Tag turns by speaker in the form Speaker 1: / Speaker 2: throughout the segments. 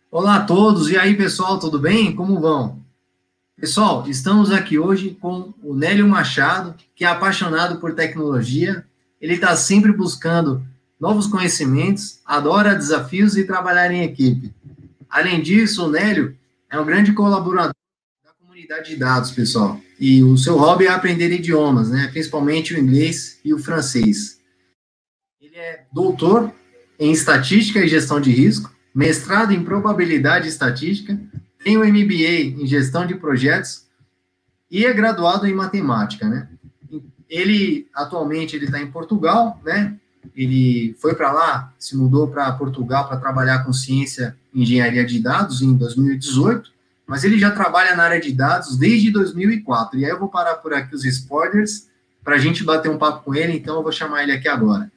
Speaker 1: Olá a todos, e aí pessoal, tudo bem? Como vão? Pessoal, estamos aqui hoje com o Nélio Machado, que é apaixonado por tecnologia. Ele está sempre buscando novos conhecimentos, adora desafios e trabalhar em equipe. Além disso, o Nélio é um grande colaborador da comunidade de dados, pessoal. E o seu hobby é aprender idiomas, né? Principalmente o inglês e o francês. Ele é doutor em estatística e gestão de risco, mestrado em probabilidade estatística, tem o MBA em gestão de projetos e é graduado em matemática, né? Ele atualmente ele está em Portugal, né? Ele foi para lá, se mudou para Portugal para trabalhar com ciência e engenharia de dados em 2018, mas ele já trabalha na área de dados desde 2004. E aí eu vou parar por aqui os spoilers para a gente bater um papo com ele, então eu vou chamar ele aqui agora.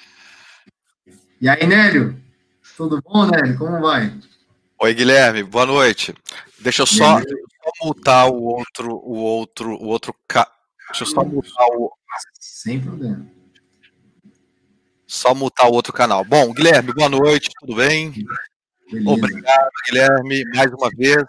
Speaker 1: E aí, Nélio? Tudo bom, Nélio? Como vai?
Speaker 2: Oi, Guilherme, boa noite. Deixa eu só
Speaker 1: Beleza.
Speaker 2: mutar deixa eu
Speaker 1: Sem problema.
Speaker 2: só mutar o outro canal. Bom, Guilherme, boa noite, tudo bem?
Speaker 1: Beleza.
Speaker 2: Obrigado, Guilherme, mais uma vez.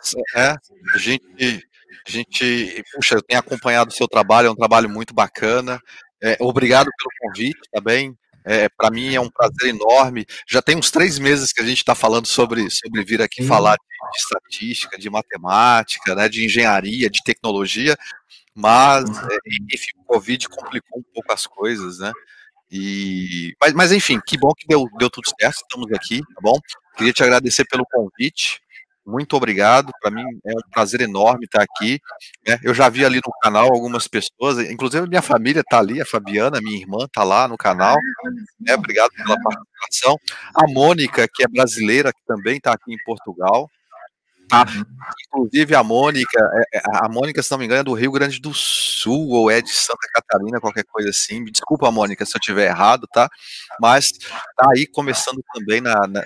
Speaker 2: Puxa, eu tenho acompanhado o seu trabalho, é um trabalho muito bacana. Obrigado pelo convite, tá bem? Para mim é um prazer enorme. Já tem uns 3 meses que a gente está falando sobre vir aqui falar de estatística, de matemática, né, de engenharia, de tecnologia, mas enfim, o Covid complicou um pouco as coisas, né? Mas enfim, que bom que deu tudo certo, estamos aqui, tá bom? Queria te agradecer pelo convite, muito obrigado, para mim é um prazer enorme estar aqui, né? Eu já vi ali no canal algumas pessoas, inclusive minha família está ali, a Fabiana, minha irmã, está lá no canal, né? Obrigado pela participação. A Mônica, que é brasileira, que também está aqui em Portugal, tá? Inclusive a Mônica, se não me engano, é do Rio Grande do Sul, ou é de Santa Catarina, qualquer coisa assim. Me desculpa, Mônica, se eu estiver errado, tá? Mas tá aí começando também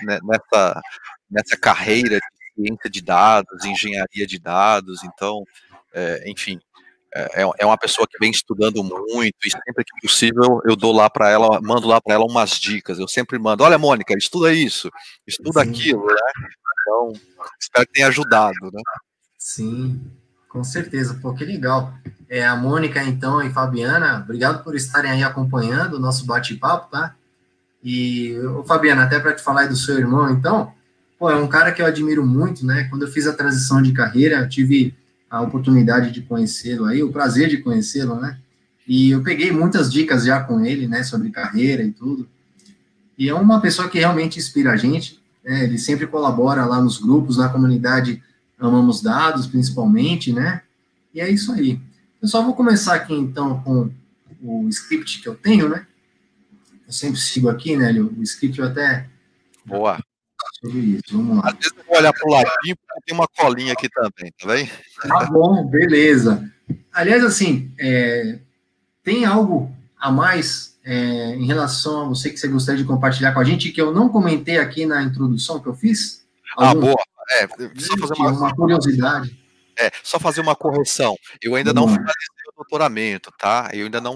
Speaker 2: nessa carreira de ciência de dados, engenharia de dados, então, enfim, é uma pessoa que vem estudando muito e sempre que possível eu dou lá para ela, mando lá para ela umas dicas. Eu sempre mando, olha, Mônica, estuda isso, estuda aquilo, né? Então, espero que tenha ajudado, né?
Speaker 1: Sim, com certeza. Pô, que legal. A Mônica, então, e Fabiana, obrigado por estarem aí acompanhando o nosso bate-papo, tá? E, ô, Fabiana, até para te falar aí do seu irmão, então, pô, é um cara que eu admiro muito, né? Quando eu fiz a transição de carreira, eu tive a oportunidade de conhecê-lo aí, o prazer de conhecê-lo, né? E eu peguei muitas dicas já com ele, né, sobre carreira e tudo. E é uma pessoa que realmente inspira a gente, né? Ele sempre colabora lá nos grupos, na comunidade Amamos Dados, principalmente, né? E é isso aí. Eu só vou começar aqui, então, com o script que eu tenho, né? Eu sempre sigo aqui, né, o script eu até...
Speaker 2: Boa.
Speaker 1: Sobre isso, vamos lá.
Speaker 2: Às vezes eu vou olhar pro ladinho porque tem uma colinha aqui também, tá bem?
Speaker 1: Tá bom, beleza. Aliás, assim, tem algo a mais em relação a você que você gostaria de compartilhar com a gente, que eu não comentei aqui na introdução que eu fiz?
Speaker 2: Boa.
Speaker 1: Curiosidade.
Speaker 2: Só fazer uma correção. Eu ainda não finalizei o doutoramento, tá? Eu ainda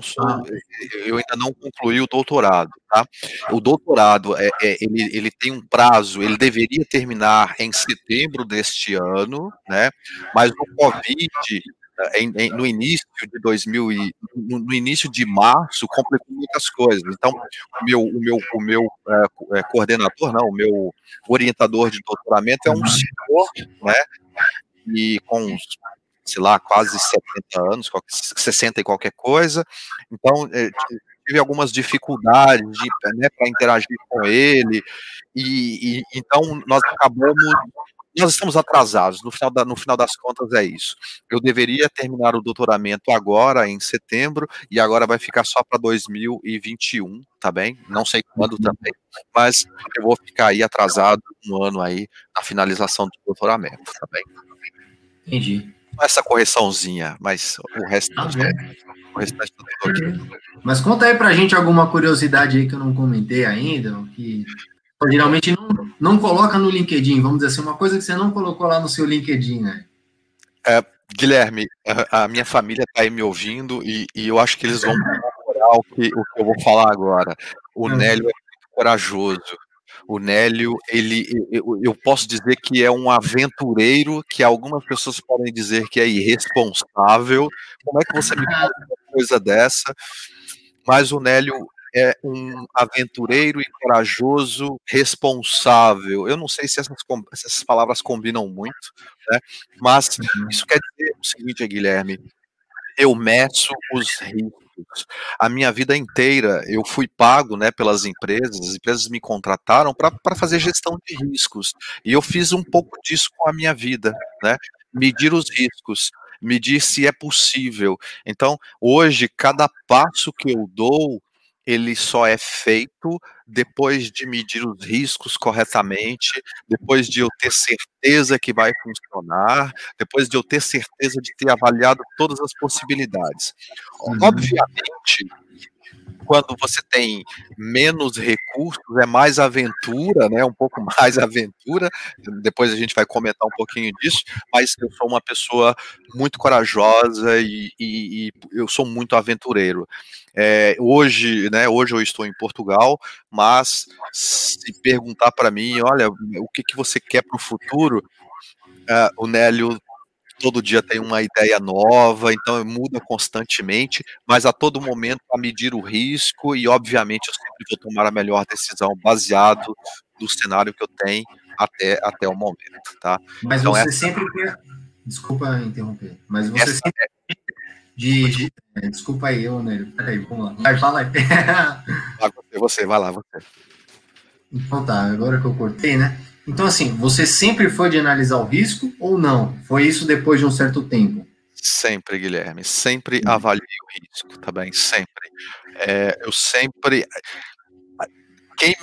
Speaker 2: não concluí o doutorado, tá? O doutorado, ele tem um prazo, ele deveria terminar em setembro deste ano, né? Mas o Covid, no início de no início de março, complicou muitas coisas. Então, o meu coordenador, não, o meu orientador de doutoramento é um senhor, né? E com, sei lá, quase 70 anos, 60 e qualquer coisa, então tive algumas dificuldades né, para interagir com ele, então nós estamos atrasados, no final das contas é isso. Eu deveria terminar o doutoramento agora, em setembro, e agora vai ficar só para 2021, tá bem? Não sei quando também, mas eu vou ficar aí atrasado um ano aí na finalização do doutoramento, tá bem?
Speaker 1: Entendi.
Speaker 2: Essa correçãozinha, mas o resto
Speaker 1: Tá
Speaker 2: o restante tá tudo aqui.
Speaker 1: Mas conta aí pra gente alguma curiosidade aí que eu não comentei ainda, que geralmente não coloca no LinkedIn, vamos dizer assim, uma coisa que você não colocou lá no seu LinkedIn, né?
Speaker 2: Guilherme, a minha família está aí me ouvindo e eu acho que eles vão comemorar o que eu vou falar agora. O Nélio é muito corajoso. O Nélio, eu posso dizer que é um aventureiro, que algumas pessoas podem dizer que é irresponsável. Como é que você me fala uma coisa dessa? Mas o Nélio é um aventureiro e corajoso, responsável. Eu não sei se essas palavras combinam muito, né? Mas isso quer dizer o seguinte, Guilherme: eu meço os riscos. A minha vida inteira eu fui pago, né, pelas empresas, as empresas me contrataram para fazer gestão de riscos. E eu fiz um pouco disso com a minha vida, né? Medir os riscos, medir se é possível. Então, hoje, cada passo que eu dou, ele só é feito depois de medir os riscos corretamente, depois de eu ter certeza que vai funcionar, depois de eu ter certeza de ter avaliado todas as possibilidades. Obviamente, quando você tem menos recursos, é mais aventura, né? Um pouco mais aventura. Depois a gente vai comentar um pouquinho disso, mas eu sou uma pessoa muito corajosa e eu sou muito aventureiro. Hoje, né? Hoje eu estou em Portugal, mas se perguntar para mim, olha, o que você quer para o futuro? O Nélio todo dia tem uma ideia nova, então muda constantemente, mas a todo momento a medir o risco e, obviamente, eu sempre vou tomar a melhor decisão baseado no cenário que eu tenho até o momento, tá?
Speaker 1: Mas
Speaker 2: Então,
Speaker 1: você sempre... Desculpa interromper, mas você
Speaker 2: essa
Speaker 1: sempre... Desculpa aí, Nélio. Peraí, vamos lá. Vai, fala aí.
Speaker 2: vai lá, você.
Speaker 1: Então tá, agora que eu cortei, né? Então, assim, você sempre foi de analisar o risco ou não? Foi isso depois de um certo tempo?
Speaker 2: Sempre, Guilherme, sempre avalio o risco, tá bem? Sempre. Eu sempre... Quem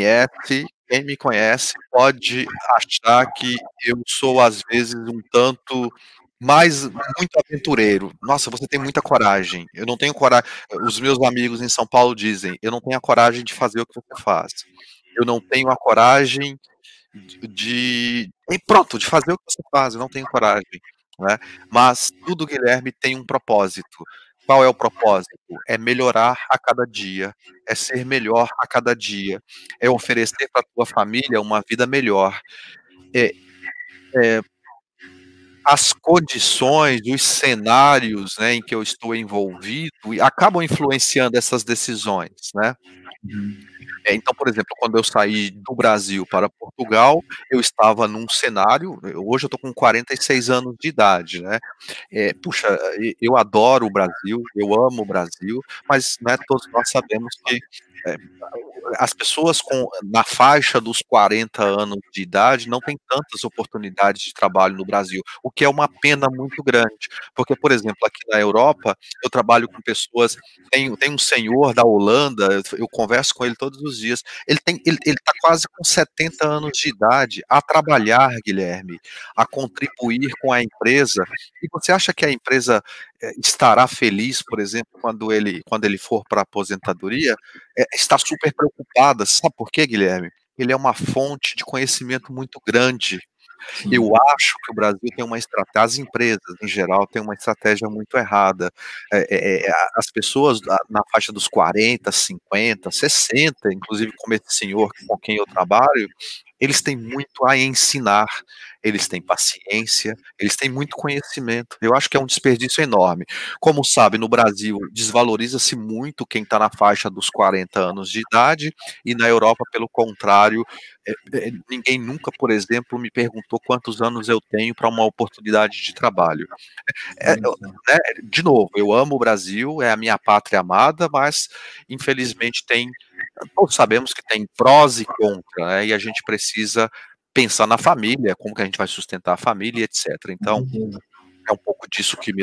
Speaker 2: me conhece pode achar que eu sou, às vezes, um tanto muito aventureiro. Nossa, você tem muita coragem. Eu não tenho coragem. Os meus amigos em São Paulo dizem, eu não tenho a coragem de fazer o que você faz. Eu não tenho a coragem de fazer o que você faz, eu não tenho coragem, né? Mas tudo, Guilherme, tem um propósito. Qual é o propósito? É melhorar a cada dia, é ser melhor a cada dia, é oferecer para a tua família uma vida melhor. É, é, as condições, os cenários, né, em que eu estou envolvido acabam influenciando essas decisões, né? Então, por exemplo, quando eu saí do Brasil para Portugal, eu estava num cenário. Hoje eu estou com 46 anos de idade, né? Puxa, eu adoro o Brasil, eu amo o Brasil, mas, né, todos nós sabemos que é, as pessoas na faixa dos 40 anos de idade não têm tantas oportunidades de trabalho no Brasil, o que é uma pena muito grande, porque, por exemplo, aqui na Europa, eu trabalho com pessoas, tem um senhor da Holanda, eu converso com ele todos os dias, ele está quase com 70 anos de idade a trabalhar, Guilherme, a contribuir com a empresa, e você acha que a empresa estará feliz, por exemplo, quando ele for para a aposentadoria? Está super preocupada. Sabe por quê, Guilherme? Ele é uma fonte de conhecimento muito grande. Eu acho que o Brasil tem uma estratégia, as empresas em geral têm uma estratégia muito errada. As pessoas na faixa dos 40, 50, 60, inclusive como esse senhor com quem eu trabalho, eles têm muito a ensinar, eles têm paciência, eles têm muito conhecimento. Eu acho que é um desperdício enorme. Como sabe, no Brasil desvaloriza-se muito quem está na faixa dos 40 anos de idade, e na Europa, pelo contrário, ninguém nunca, por exemplo, me perguntou quantos anos eu tenho para uma oportunidade de trabalho. Né, de novo, eu amo o Brasil, é a minha pátria amada, mas infelizmente todos sabemos que tem prós e contras, né, e a gente precisa pensar na família, como que a gente vai sustentar a família, etc. Então, é um pouco disso que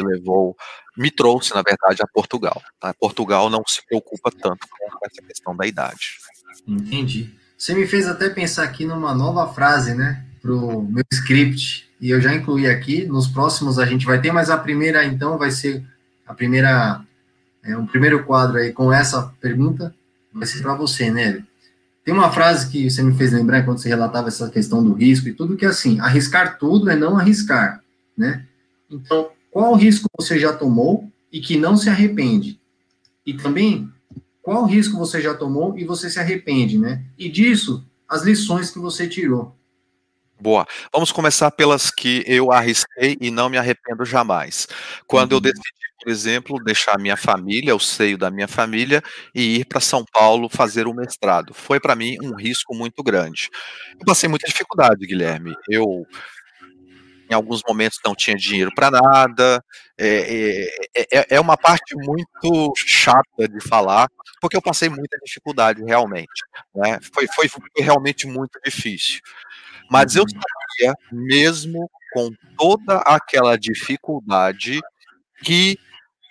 Speaker 2: me trouxe, na verdade, a Portugal. Tá? Portugal não se preocupa tanto com essa questão da idade.
Speaker 1: Entendi. Você me fez até pensar aqui numa nova frase, né, para o meu script, e eu já incluí aqui. Nos próximos a gente vai ter, mas a primeira, então, vai ser a primeira, um primeiro quadro aí com essa pergunta, vai ser para você, né? Tem uma frase que você me fez lembrar quando você relatava essa questão do risco e tudo, que é assim: arriscar tudo é não arriscar, né? Então, qual risco você já tomou e que não se arrepende? E também, qual risco você já tomou e você se arrepende, né? E disso, as lições que você tirou.
Speaker 2: Boa. Vamos começar pelas que eu arrisquei e não me arrependo jamais. Quando eu decidi, por exemplo, deixar a minha família, o seio da minha família, e ir para São Paulo fazer o mestrado. Foi para mim um risco muito grande. Eu passei muita dificuldade, Guilherme. Eu, em alguns momentos, não tinha dinheiro para nada. É uma parte muito chata de falar, porque eu passei muita dificuldade, realmente, né? Foi realmente muito difícil. Mas eu sabia, mesmo com toda aquela dificuldade, que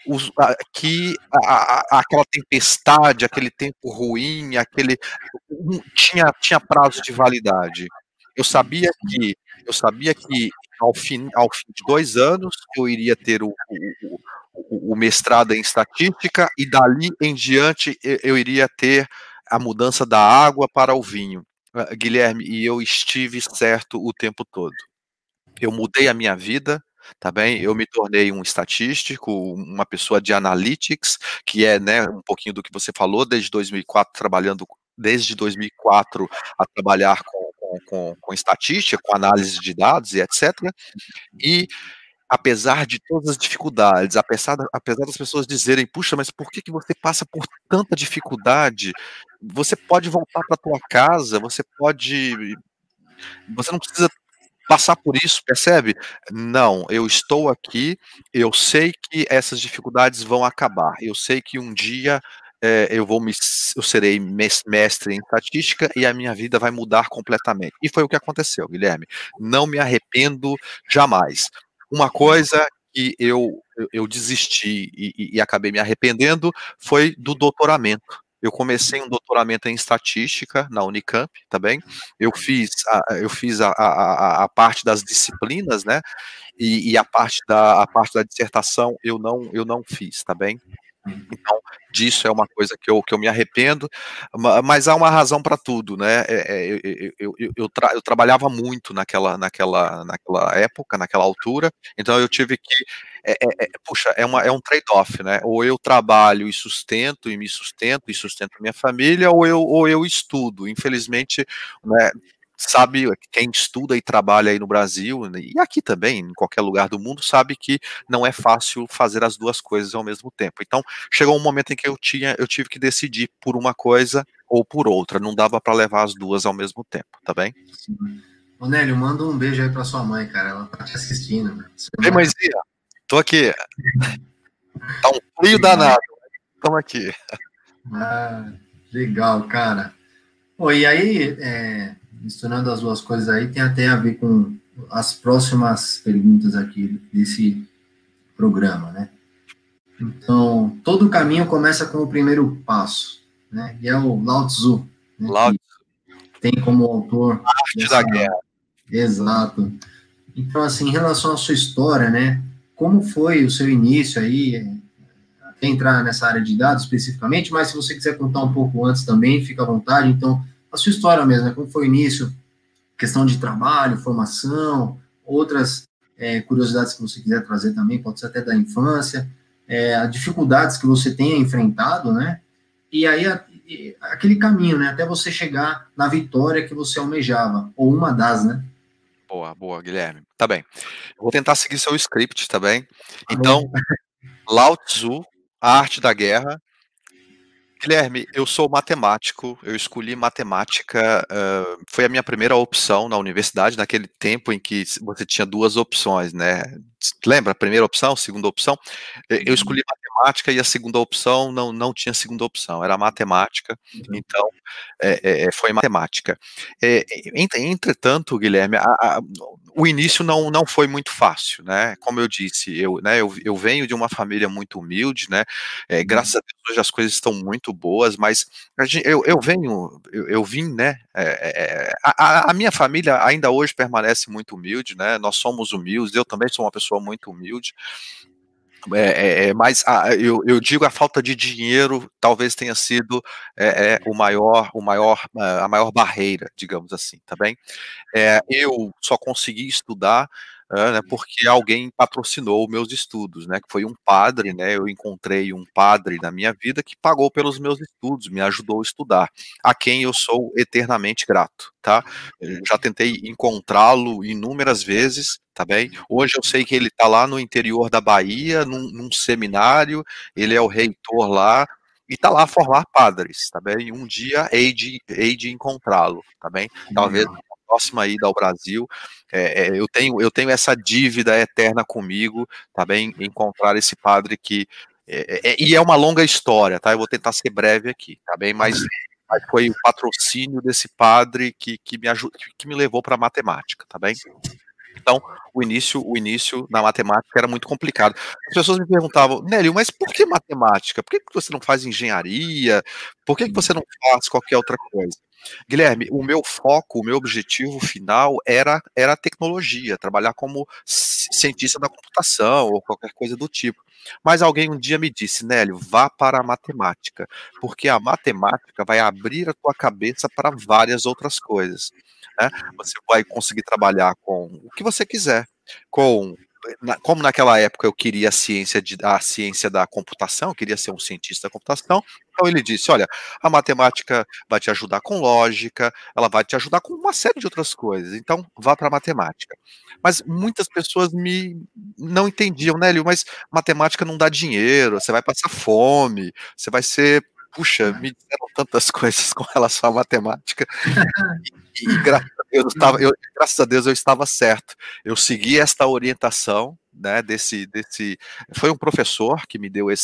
Speaker 2: aquela tempestade, aquele tempo ruim, tinha prazo de validade. Eu sabia que ao fim de 2 anos eu iria ter o mestrado em estatística e dali em diante eu iria ter a mudança da água para o vinho. Guilherme, e eu estive certo o tempo todo. Eu mudei a minha vida, tá bem? Eu me tornei um estatístico, uma pessoa de analytics, que é, né, um pouquinho do que você falou, desde 2004 a trabalhar com estatística, com análise de dados e etc. E apesar de todas as dificuldades, apesar das pessoas dizerem: "Puxa, mas por que você passa por tanta dificuldade? Você pode voltar para tua casa, você não precisa passar por isso, percebe? Não, eu estou aqui, eu sei que essas dificuldades vão acabar, eu sei que um dia eu serei mestre em estatística e a minha vida vai mudar completamente. E foi o que aconteceu, Guilherme. Não me arrependo jamais. Uma coisa que eu desisti e acabei me arrependendo foi do doutoramento. Eu comecei um doutoramento em estatística na Unicamp, tá bem? Eu fiz a parte das disciplinas, né? E a parte da dissertação eu não fiz, tá bem? Então, disso é uma coisa que eu me arrependo, mas há uma razão para tudo, né? Eu trabalhava muito naquela época, naquela altura, então eu tive que. Puxa, é um trade-off, né? Ou eu trabalho e me sustento e sustento minha família, ou eu estudo. Infelizmente, né, sabe, quem estuda e trabalha aí no Brasil, e aqui também, em qualquer lugar do mundo, sabe que não é fácil fazer as duas coisas ao mesmo tempo. Então, chegou um momento em que eu tive que decidir por uma coisa ou por outra, não dava para levar as duas ao mesmo tempo, tá bem?
Speaker 1: Ô, Nélio, manda um beijo aí pra sua mãe, cara. Ela tá te assistindo, né?
Speaker 2: Ei, mãezinha, tô aqui. Tá um frio danado, estamos aqui.
Speaker 1: Ah, legal, cara. Pô, e aí, misturando as duas coisas aí, tem até a ver com as próximas perguntas aqui desse programa, né? Então, todo caminho começa com o primeiro passo, né? E é o Lao Tzu, né?
Speaker 2: Lá,
Speaker 1: Que tem como autor
Speaker 2: arte da
Speaker 1: dessa...
Speaker 2: guerra.
Speaker 1: Exato. Então, assim, em relação à sua história, né? Como foi o seu início aí, até entrar nessa área de dados especificamente, mas se você quiser contar um pouco antes também, fica à vontade. Então, a sua história mesmo, né? Como foi o início, questão de trabalho, formação, outras curiosidades que você quiser trazer também, pode ser até da infância, as dificuldades que você tenha enfrentado, né? E aí, aquele caminho, né? Até você chegar na vitória que você almejava, ou uma das, né?
Speaker 2: Boa, boa, Guilherme. Tá bem. Eu vou tentar seguir seu script, tá bem?
Speaker 1: Tá
Speaker 2: Então,
Speaker 1: bom.
Speaker 2: Lao Tzu, a arte da guerra. Guilherme, eu sou matemático, eu escolhi matemática, foi a minha primeira opção na universidade, naquele tempo em que você tinha duas opções, né? Lembra? A primeira opção, segunda opção? Eu escolhi matemática e a segunda opção não tinha segunda opção, era matemática, então foi matemática. Entretanto, Guilherme, o início não foi muito fácil, né? Como eu disse, eu venho de uma família muito humilde, né? Graças a Deus hoje as coisas estão muito boas, mas eu vim, né? A minha família ainda hoje permanece muito humilde, né? Nós somos humildes, eu também sou uma pessoa muito humilde. Mas eu digo a falta de dinheiro talvez tenha sido a maior barreira, digamos assim, tá bem? Eu só consegui estudar né, porque alguém patrocinou meus estudos, né, que foi um padre, né, eu encontrei um padre na minha vida que pagou pelos meus estudos, me ajudou a estudar, a quem eu sou eternamente grato, tá? Eu já tentei encontrá-lo inúmeras vezes, tá bem? Hoje eu sei que ele está lá no interior da Bahia, num seminário, ele é o reitor lá, e está lá a formar padres, tá bem? Um dia hei de encontrá-lo, tá bem? Talvez na próxima ida ao Brasil, eu tenho essa dívida eterna comigo, tá bem? Encontrar esse padre que e é uma longa história, tá? Eu vou tentar ser breve aqui, tá bem? Mas foi o patrocínio desse padre que me ajudou, que me levou para a matemática, tá bem? Então, o início na matemática era muito complicado. As pessoas me perguntavam, Nélio, mas por que matemática? Por que você não faz engenharia? Por que você não faz qualquer outra coisa? Guilherme, o meu foco, o meu objetivo final era a tecnologia, trabalhar como cientista da computação ou qualquer coisa do tipo. Mas alguém um dia me disse, Nélio, vá para a matemática, porque a matemática vai abrir a tua cabeça para várias outras coisas, né? Você vai conseguir trabalhar com o que você quiser, como naquela época eu queria a ciência da computação, eu queria ser um cientista da computação, então ele disse, olha, a matemática vai te ajudar com lógica, ela vai te ajudar com uma série de outras coisas, então vá para a matemática. Mas muitas pessoas não entendiam, né, Lio, mas matemática não dá dinheiro, você vai passar fome, você vai ser, puxa, me disseram tantas coisas com relação à matemática, e graças a Deus eu estava certo. Eu segui esta orientação, né, foi um professor que me deu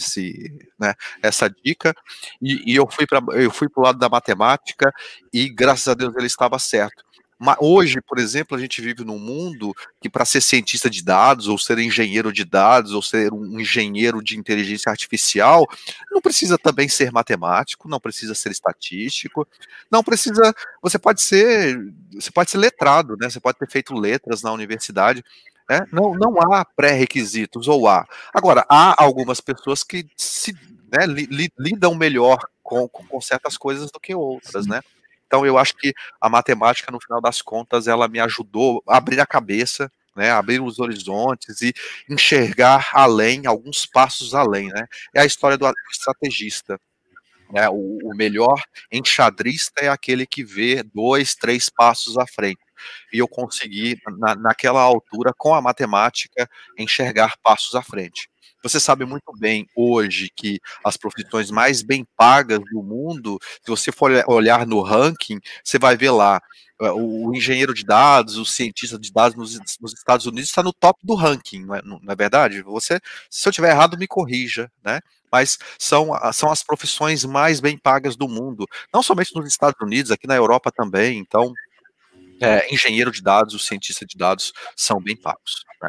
Speaker 2: né, essa dica, e eu fui para o lado da matemática, e graças a Deus ele estava certo. Mas hoje, por exemplo, a gente vive num mundo que para ser cientista de dados, ou ser engenheiro de dados, ou ser um engenheiro de inteligência artificial, não precisa também ser matemático, não precisa ser estatístico, não precisa, você pode ser letrado, né? Você pode ter feito letras na universidade, né? Não há pré-requisitos, ou há. Agora, há algumas pessoas que né, lidam melhor com certas coisas do que outras, né? Então, eu acho que a matemática, no final das contas, ela me ajudou a abrir a cabeça, né, abrir os horizontes e enxergar além, alguns passos além, né? É a história do estrategista, né? O melhor enxadrista é aquele que vê 2, 3 passos à frente. E eu consegui, naquela altura, com a matemática, enxergar passos à frente. Você sabe muito bem hoje que as profissões mais bem pagas do mundo, se você for olhar no ranking, você vai ver lá o engenheiro de dados, o cientista de dados nos Estados Unidos está no top do ranking, não é verdade? Se eu tiver errado, me corrija, né? Mas são as profissões mais bem pagas do mundo, não somente nos Estados Unidos, aqui na Europa também. Então, engenheiro de dados, o cientista de dados são bem pagos, né?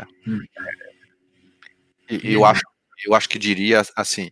Speaker 2: E eu acho que diria assim,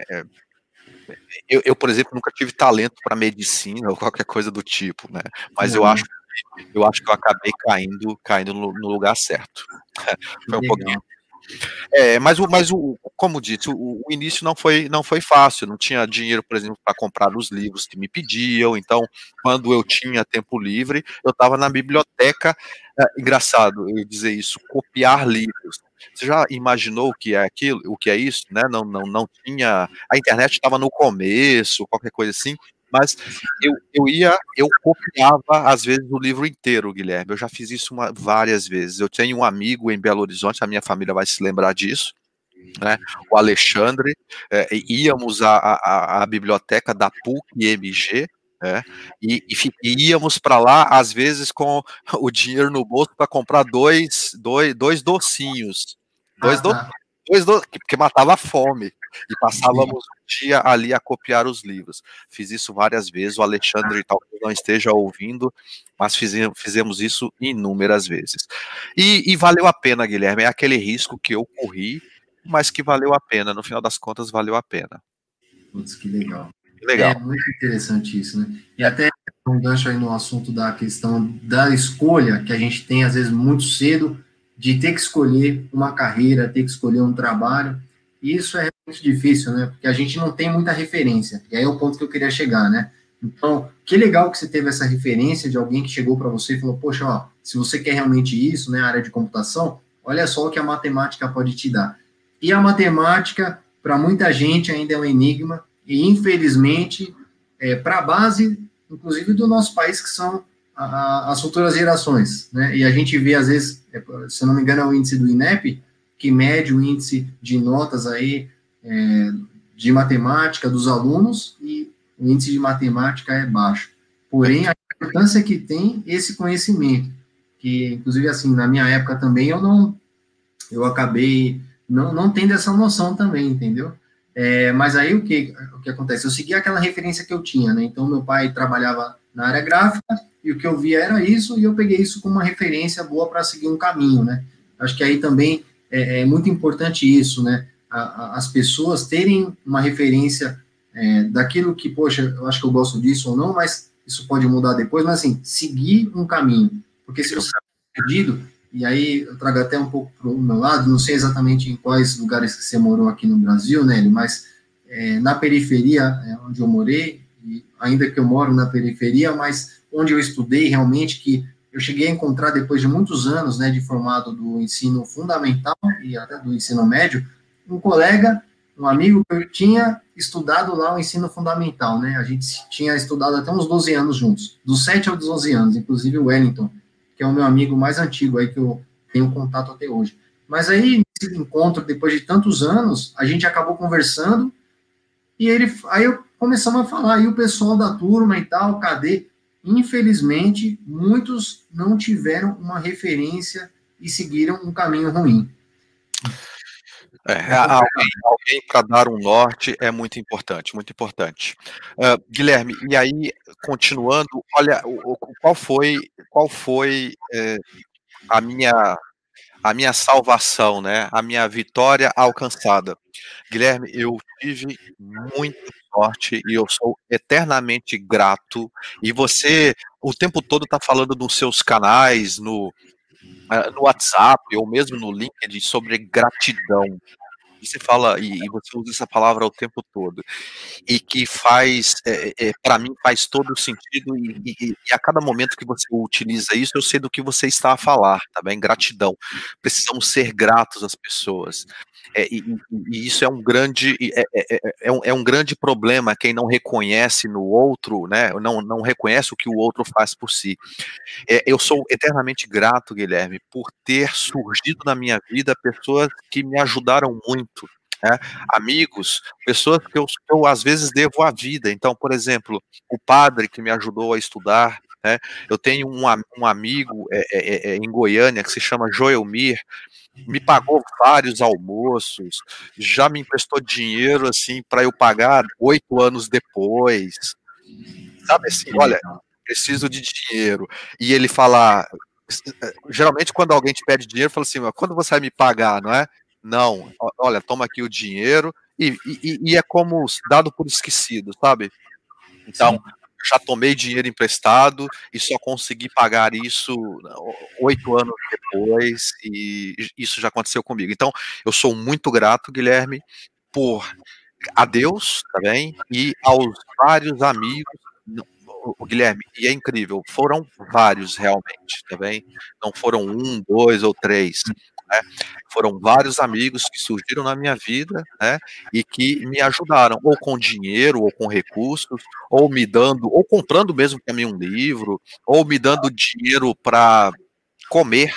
Speaker 2: eu, por exemplo, nunca tive talento para medicina ou qualquer coisa do tipo, né? Mas eu acho que eu acabei caindo no lugar certo. Foi um pouquinho. Mas como disse, o início não foi fácil, não tinha dinheiro, por exemplo, para comprar os livros que me pediam, então, quando eu tinha tempo livre, eu estava na biblioteca, engraçado eu dizer isso, copiar livros. Você já imaginou o que é aquilo, o que é isso, né? Não tinha, a internet estava no começo, qualquer coisa assim, mas eu copiava, às vezes, o livro inteiro, Guilherme. Eu já fiz isso várias vezes. Eu tenho um amigo em Belo Horizonte, a minha família vai se lembrar disso, né? O Alexandre, íamos à biblioteca da PUC-MG, e íamos para lá, às vezes, com o dinheiro no bolso para comprar dois docinhos. Porque matava a fome. E passávamos um dia ali a copiar os livros. Fiz isso várias vezes. O Alexandre talvez não esteja ouvindo, mas fizemos isso inúmeras vezes. E valeu a pena, Guilherme. É aquele risco que eu corri, mas que valeu a pena. No final das contas, valeu a pena.
Speaker 1: Putz, que legal.
Speaker 2: Legal.
Speaker 1: É muito interessante isso, né? E até um gancho aí no assunto da questão da escolha que a gente tem, às vezes, muito cedo, de ter que escolher uma carreira, ter que escolher um trabalho. E isso é muito difícil, né? Porque a gente não tem muita referência. E aí é o ponto que eu queria chegar, né? Então, que legal que você teve essa referência de alguém que chegou para você e falou, poxa, ó, se você quer realmente isso, né, a área de computação, olha só o que a matemática pode te dar. E a matemática, para muita gente, ainda é um enigma, e infelizmente, para a base, inclusive do nosso país, que são as futuras gerações, né? E a gente vê, às vezes, se eu não me engano, é o índice do INEP, que mede o índice de notas aí, de matemática dos alunos, e o índice de matemática é baixo. Porém, a importância que tem esse conhecimento, que, inclusive, assim, na minha época também, eu acabei não tendo essa noção também, entendeu? Mas aí o que acontece? Eu segui aquela referência que eu tinha, né? Então, meu pai trabalhava na área gráfica, e o que eu via era isso, e eu peguei isso como uma referência boa para seguir um caminho, né? Acho que aí também é muito importante isso, né? As pessoas terem uma referência daquilo que, poxa, eu acho que eu gosto disso ou não, mas isso pode mudar depois, mas assim, seguir um caminho. Porque se você está perdido, e aí eu trago até um pouco para o meu lado, não sei exatamente em quais lugares que você morou aqui no Brasil, Nélio, mas na periferia, onde eu morei, e ainda que eu moro na periferia, mas onde eu estudei realmente, que eu cheguei a encontrar depois de muitos anos, né, de formado do ensino fundamental e até do ensino médio, um colega, um amigo que eu tinha estudado lá o ensino fundamental, né, a gente tinha estudado até uns 12 anos juntos, dos 7 aos 12 anos, inclusive o Wellington, que é o meu amigo mais antigo aí que eu tenho contato até hoje. Mas aí, nesse encontro, depois de tantos anos, a gente acabou conversando, e aí eu começamos a falar, e o pessoal da turma e tal, cadê? Infelizmente, muitos não tiveram uma referência e seguiram um caminho ruim.
Speaker 2: Alguém para dar um norte é muito importante, muito importante. Guilherme, e aí, continuando, olha, qual foi a minha salvação, né? A minha vitória alcançada. Guilherme, eu tive muita sorte e eu sou eternamente grato. E você, o tempo todo, está falando nos seus canais, no WhatsApp ou mesmo no LinkedIn sobre gratidão. Você fala e você usa essa palavra o tempo todo, e que faz, para mim, faz todo o sentido, e a cada momento que você utiliza isso, eu sei do que você está a falar, tá bem? Gratidão. Precisamos ser gratos às pessoas. E isso é um grande, é um grande problema, quem não reconhece no outro, né? Não reconhece o que o outro faz por si. Eu sou eternamente grato, Guilherme, por ter surgido na minha vida pessoas que me ajudaram muito, né? Amigos, pessoas que eu às vezes devo a vida. Então, por exemplo, o padre que me ajudou a estudar, né? Eu tenho um amigo em Goiânia que se chama Joelmir, me pagou vários almoços, já me emprestou dinheiro assim para eu pagar 8 anos depois, sabe assim, olha, preciso de dinheiro, e ele fala, geralmente quando alguém te pede dinheiro, fala assim, quando você vai me pagar, não é? Não, olha, toma aqui o dinheiro, e é como dado por esquecido, sabe? Então, eu já tomei dinheiro emprestado e só consegui pagar isso 8 anos depois, e isso já aconteceu comigo. Então, eu sou muito grato, Guilherme, a Deus, tá bem? E aos vários amigos, o Guilherme, e é incrível, foram vários realmente, tá bem? Não foram 1, 2 ou 3, né? Foram vários amigos que surgiram na minha vida, né? E que me ajudaram, ou com dinheiro, ou com recursos, ou me dando, ou comprando mesmo para mim um livro, ou me dando dinheiro para comer,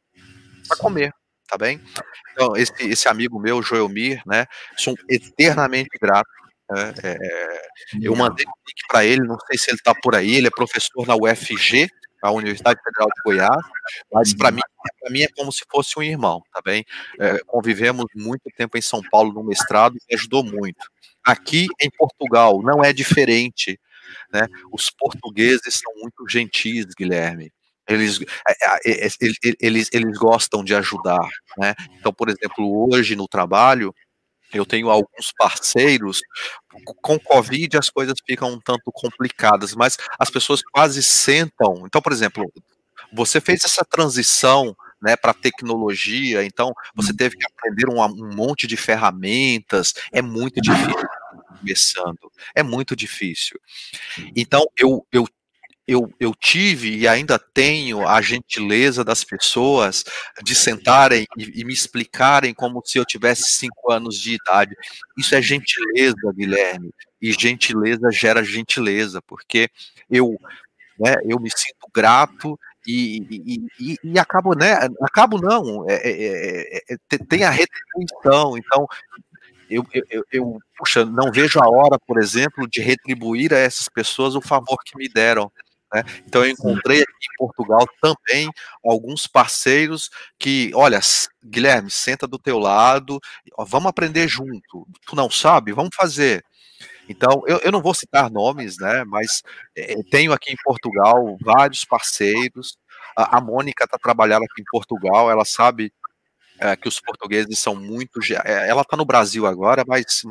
Speaker 2: tá bem? Então, esse amigo meu, Joelmir, né? Sou eternamente grato. Eu mandei um link para ele, não sei se ele está por aí, ele é professor na UFG, a Universidade Federal de Goiás, mas para mim é como se fosse um irmão, tá bem? Convivemos muito tempo em São Paulo no mestrado, e me ajudou muito. Aqui em Portugal não é diferente, né? Os portugueses são muito gentis, Guilherme. Eles gostam de ajudar, né? Então, por exemplo, hoje no trabalho, eu tenho alguns parceiros, com Covid as coisas ficam um tanto complicadas, mas as pessoas quase sentam. Então, por exemplo, você fez essa transição, né, para tecnologia, então você teve que aprender um monte de ferramentas, é muito difícil. começando. É muito difícil. Então, eu tive e ainda tenho a gentileza das pessoas de sentarem e me explicarem como se eu tivesse 5 anos de idade. Isso é gentileza, Guilherme, e gentileza gera gentileza, porque eu, né, eu me sinto grato e acabo, né, acabo não, tem a retribuição, então puxa, não vejo a hora, por exemplo, de retribuir a essas pessoas o favor que me deram, né? Então eu encontrei aqui em Portugal também alguns parceiros que, olha, Guilherme, senta do teu lado, vamos aprender junto. Tu não sabe? Vamos fazer. Então, eu não vou citar nomes, né? Mas tenho aqui em Portugal vários parceiros. A Mônica está trabalhando aqui em Portugal, ela sabe que os portugueses são muito. Ela está no Brasil agora, mas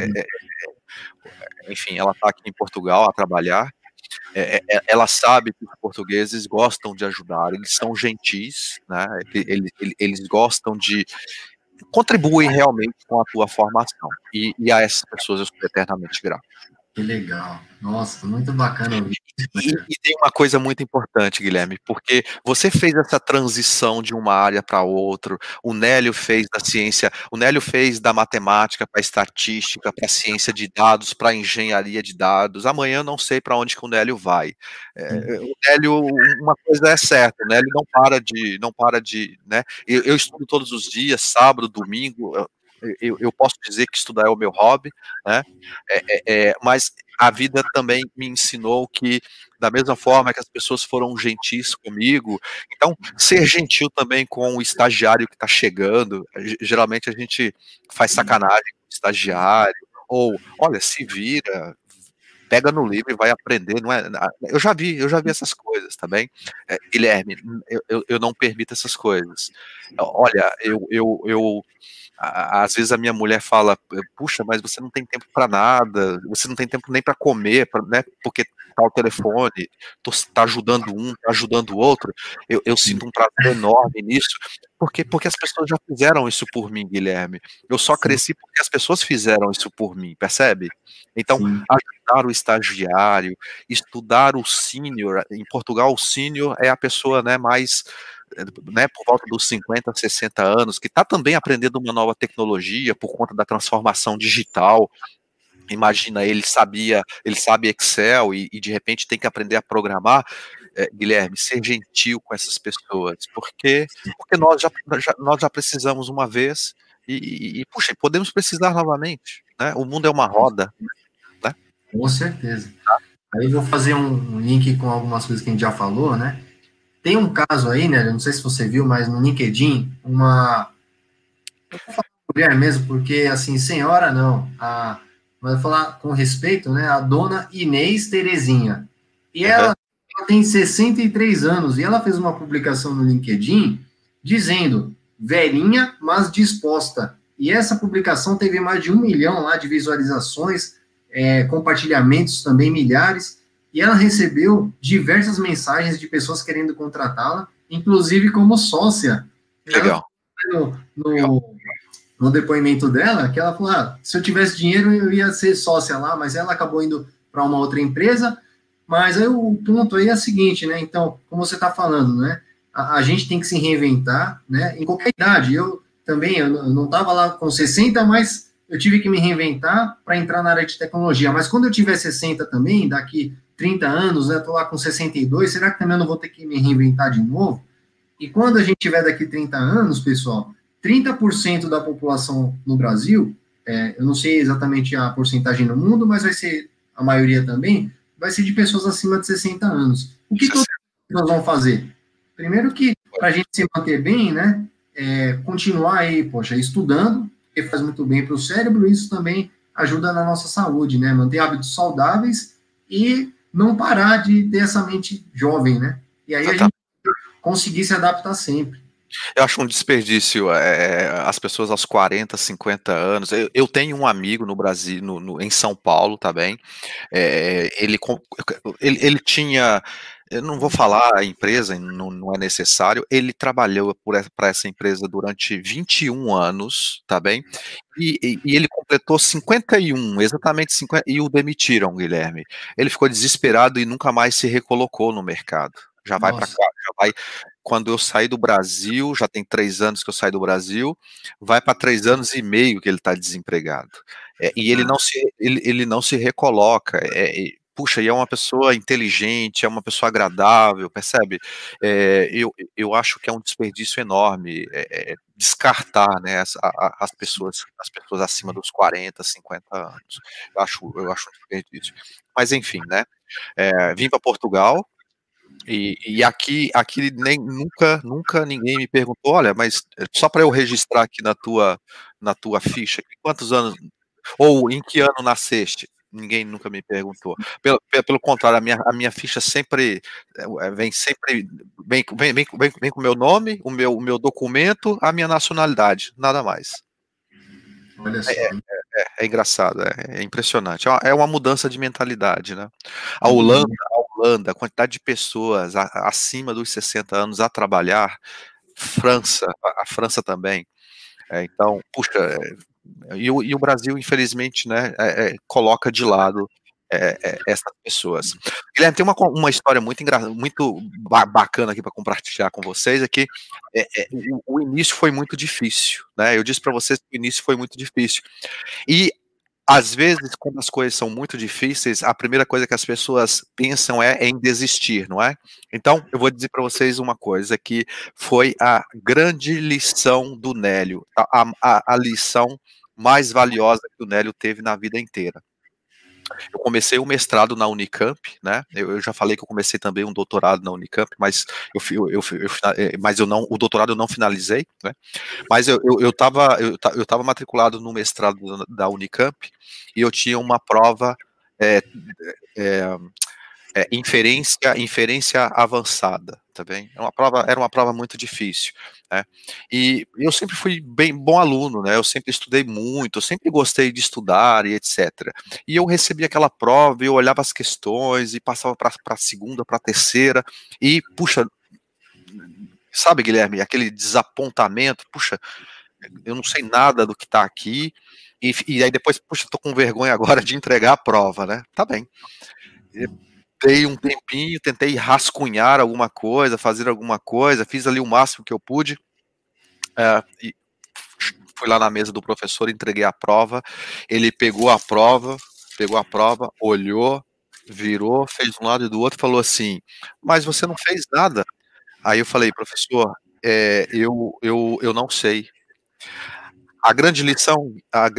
Speaker 2: enfim, ela está aqui em Portugal a trabalhar. Ela sabe que os portugueses gostam de ajudar, eles são gentis, né? Eles gostam de contribuem realmente com a tua formação. E a essas pessoas eu sou eternamente grato.
Speaker 1: Que legal. Nossa, muito bacana ouvir isso.
Speaker 2: E tem uma coisa muito importante, Guilherme, porque você fez essa transição de uma área para outra, o Nélio fez da ciência, o Nélio fez da matemática para a estatística, para a ciência de dados, para a engenharia de dados. Amanhã eu não sei para onde que o Nélio vai. O Nélio, uma coisa é certa, o Nélio não para de, né? Eu estudo todos os dias, sábado, domingo. Eu posso dizer que estudar é o meu hobby, né? Mas a vida também me ensinou que, da mesma forma que as pessoas foram gentis comigo, então, ser gentil também com o estagiário que está chegando. Geralmente a gente faz sacanagem com o estagiário, ou, olha, se vira, pega no livro e vai aprender, não é? Eu já vi essas coisas também. Guilherme, eu não permito essas coisas. Olha, às vezes a minha mulher fala, puxa, mas você não tem tempo para nada, você não tem tempo nem para comer, né? Porque tá o telefone, tá ajudando um, tá ajudando o outro. Eu sinto um prazer enorme nisso, porque as pessoas já fizeram isso por mim, Guilherme. Eu só cresci porque as pessoas fizeram isso por mim, percebe? Então, ajudar o estagiário, estudar o sênior. Em Portugal, o sênior é a pessoa, né, mais, né, por volta dos 50, 60 anos, que está também aprendendo uma nova tecnologia por conta da transformação digital. Imagina, ele sabe Excel e de repente tem que aprender a programar. Guilherme, ser gentil com essas pessoas, porque nós já precisamos uma vez puxa, podemos precisar novamente, né? O mundo é uma roda, né?
Speaker 1: Com certeza. Aí eu vou fazer um link com algumas coisas que a gente já falou, né? Tem um caso aí, né? Eu não sei se você viu, mas no LinkedIn, eu vou falar mulher mesmo, porque, assim, senhora não, mas vou falar com respeito, né? A dona Inês Terezinha. E ela tem 63 anos, e ela fez uma publicação no LinkedIn dizendo, velhinha, mas disposta. E essa publicação teve mais de 1 milhão lá de visualizações, compartilhamentos também milhares, e ela recebeu diversas mensagens de pessoas querendo contratá-la, inclusive como sócia.
Speaker 2: Legal.
Speaker 1: No depoimento dela, que ela falou, se eu tivesse dinheiro, eu ia ser sócia lá, mas ela acabou indo para uma outra empresa, mas aí o ponto aí é o seguinte, né, então, como você está falando, né, a gente tem que se reinventar, né, em qualquer idade. Eu também, eu não estava lá com 60, mas eu tive que me reinventar para entrar na área de tecnologia, mas quando eu tiver 60 também, daqui 30 anos, né, estou lá com 62, será que também eu não vou ter que me reinventar de novo? E quando a gente tiver daqui 30 anos, pessoal, 30% da população no Brasil, eu não sei exatamente a porcentagem no mundo, mas vai ser a maioria também, vai ser de pessoas acima de 60 anos. O que todas as pessoas vão fazer? Primeiro que, para a gente se manter bem, né, continuar aí, poxa, estudando, porque faz muito bem para o cérebro, isso também ajuda na nossa saúde, né, manter hábitos saudáveis e não parar de ter essa mente jovem, né, e aí a gente conseguir se adaptar sempre.
Speaker 2: Eu acho um desperdício as pessoas aos 40, 50 anos. Eu tenho um amigo no Brasil, em São Paulo também. Ele tinha eu não vou falar a empresa, não é necessário, ele trabalhou para essa empresa durante 21 anos, tá bem? E ele completou 51, exatamente 50, e o demitiram, Guilherme. Ele ficou desesperado e nunca mais se recolocou no mercado. Já vai para
Speaker 1: Nossa.
Speaker 2: cá, já vai. Quando eu saí do Brasil, já tem 3 anos que eu saí do Brasil, vai para 3 anos e meio que ele está desempregado. E ele não se recoloca. Puxa, e é uma pessoa inteligente, é uma pessoa agradável, percebe? Eu acho que é um desperdício enorme descartar, né, as pessoas acima dos 40, 50 anos. Eu acho um desperdício. Mas enfim, né? Vim para Portugal e aqui nunca ninguém me perguntou, olha, mas só para eu registrar aqui na tua ficha, quantos anos ou em que ano nasceste? Ninguém nunca me perguntou. Pelo contrário, a minha ficha sempre vem sempre vem com o meu nome, o meu documento, a minha nacionalidade, nada mais.
Speaker 1: Olha
Speaker 2: É,
Speaker 1: só.
Speaker 2: é engraçado, é impressionante. É uma mudança de mentalidade, né? A Holanda,
Speaker 1: Uhum.
Speaker 2: a quantidade de pessoas acima dos 60 anos a trabalhar, a França também. Então, puxa, e o Brasil, infelizmente, né, coloca de lado essas pessoas. Guilherme, tem uma história muito bacana aqui para compartilhar com vocês, é que o início foi muito difícil, né? Eu disse para vocês que o início foi muito difícil. E às vezes, quando as coisas são muito difíceis, a primeira coisa que as pessoas pensam é em desistir, não é? Então, eu vou dizer para vocês uma coisa que foi a grande lição do Nélio, a lição mais valiosa que o Nélio teve na vida inteira. Eu comecei o mestrado na Unicamp, né? Eu já falei que eu comecei também um doutorado na Unicamp, mas o doutorado eu não finalizei, né? Mas eu tava matriculado no mestrado da Unicamp e eu tinha uma prova é, é, inferência avançada, tá bem? Era uma prova muito difícil, né? E eu sempre fui bem bom aluno, né? Eu sempre estudei muito, eu sempre gostei de estudar e etc. E eu recebia aquela prova, eu olhava as questões e passava para a segunda, para a terceira e puxa, sabe, Guilherme, aquele desapontamento, puxa, eu não sei nada do que está aqui. E aí depois, puxa, tô com vergonha agora de entregar a prova, né? Tá bem. Dei um tempinho, tentei rascunhar alguma coisa, fazer alguma coisa, fiz ali o máximo que eu pude, e fui lá na mesa do professor, entreguei a prova, ele pegou a prova, olhou, virou, fez de um lado e do outro e falou assim, mas você não fez nada. Aí eu falei, professor, eu não sei. A grande lição,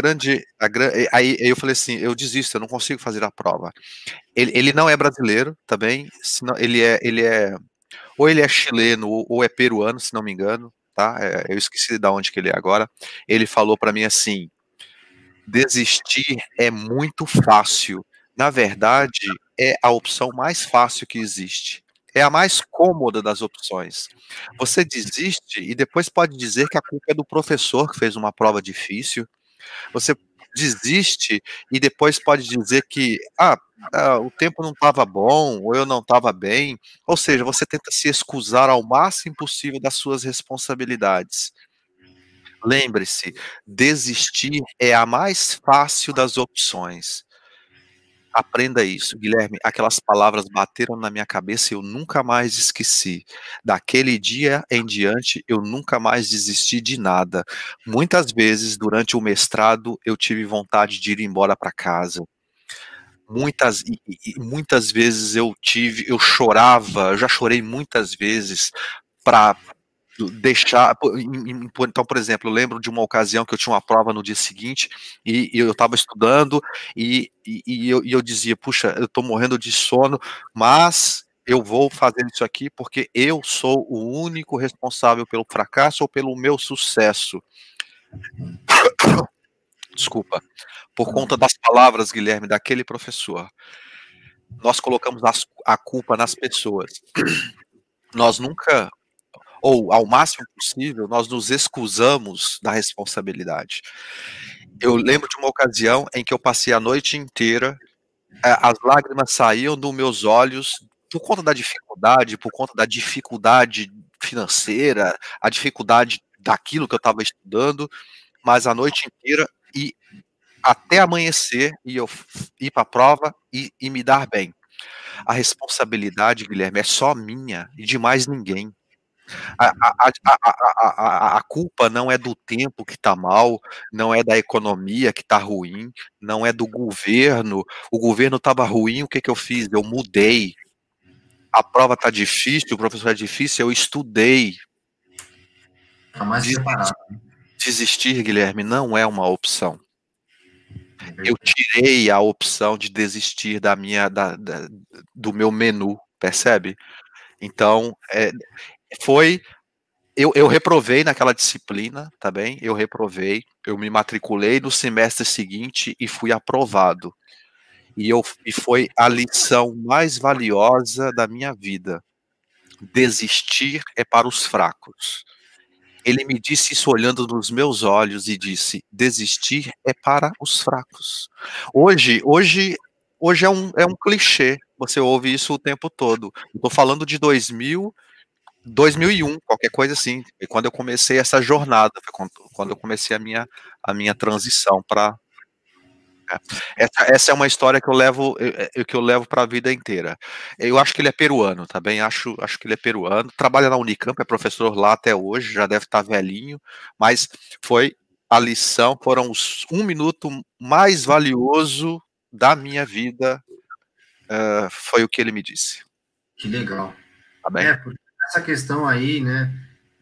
Speaker 2: aí eu falei assim, eu desisto, eu não consigo fazer a prova. Ele não é brasileiro, tá bem? Senão, ou ele é chileno ou é peruano, se não me engano, tá? Eu esqueci de onde que ele é agora. Ele falou para mim assim: desistir é muito fácil. Na verdade, é a opção mais fácil que existe. É a mais cômoda das opções. Você desiste e depois pode dizer que a culpa é do professor que fez uma prova difícil. Você desiste e depois pode dizer que o tempo não estava bom, ou eu não estava bem. Ou seja, você tenta se excusar ao máximo possível das suas responsabilidades. Lembre-se, desistir é a mais fácil das opções. Aprenda isso, Guilherme. Aquelas palavras bateram na minha cabeça e eu nunca mais esqueci. Daquele dia em diante, eu nunca mais desisti de nada. Muitas vezes, durante o mestrado, eu tive vontade de ir embora para casa. Muitas vezes eu chorava, eu já chorei muitas vezes para deixar. Então, por exemplo, eu lembro de uma ocasião que eu tinha uma prova no dia seguinte e eu estava estudando e eu dizia, puxa, eu estou morrendo de sono, mas eu vou fazer isso aqui porque eu sou o único responsável pelo fracasso ou pelo meu sucesso. Desculpa. Por conta das palavras, Guilherme, daquele professor. Nós colocamos a culpa nas pessoas. Nós nunca, ou ao máximo possível, nós nos excusamos da responsabilidade. Eu lembro de uma ocasião em que eu passei a noite inteira, as lágrimas saíam dos meus olhos, por conta da dificuldade financeira, a dificuldade daquilo que eu estava estudando, mas a noite inteira e até amanhecer e eu ir para a prova e me dar bem. A responsabilidade, Guilherme, é só minha e de mais ninguém. A culpa não é do tempo que está mal, não é da economia que está ruim, não é do governo. O governo estava ruim, o que eu fiz? Eu mudei. A prova está difícil, o professor é difícil, eu estudei.
Speaker 1: Está mais preparado.
Speaker 2: Desistir, Guilherme, não é uma opção. Eu tirei a opção de desistir do meu menu, percebe? Então, eu reprovei naquela disciplina, tá bem? Eu reprovei, eu me matriculei no semestre seguinte e fui aprovado. E foi a lição mais valiosa da minha vida. Desistir é para os fracos. Ele me disse isso olhando nos meus olhos e disse: desistir é para os fracos. Hoje é um clichê. Você ouve isso o tempo todo. Estou falando de 2001, qualquer coisa assim. E quando eu comecei essa jornada, foi quando eu comecei a minha transição para. Essa é uma história que eu levo para a vida inteira. Eu acho que ele é peruano, tá bem? Acho que ele é peruano. Trabalha na Unicamp, é professor lá até hoje, já deve estar velhinho, mas foi a lição, foram os 1 minuto mais valioso da minha vida, foi o que ele me disse.
Speaker 1: Que legal.
Speaker 2: Tá bem?
Speaker 1: Porque essa questão aí, né,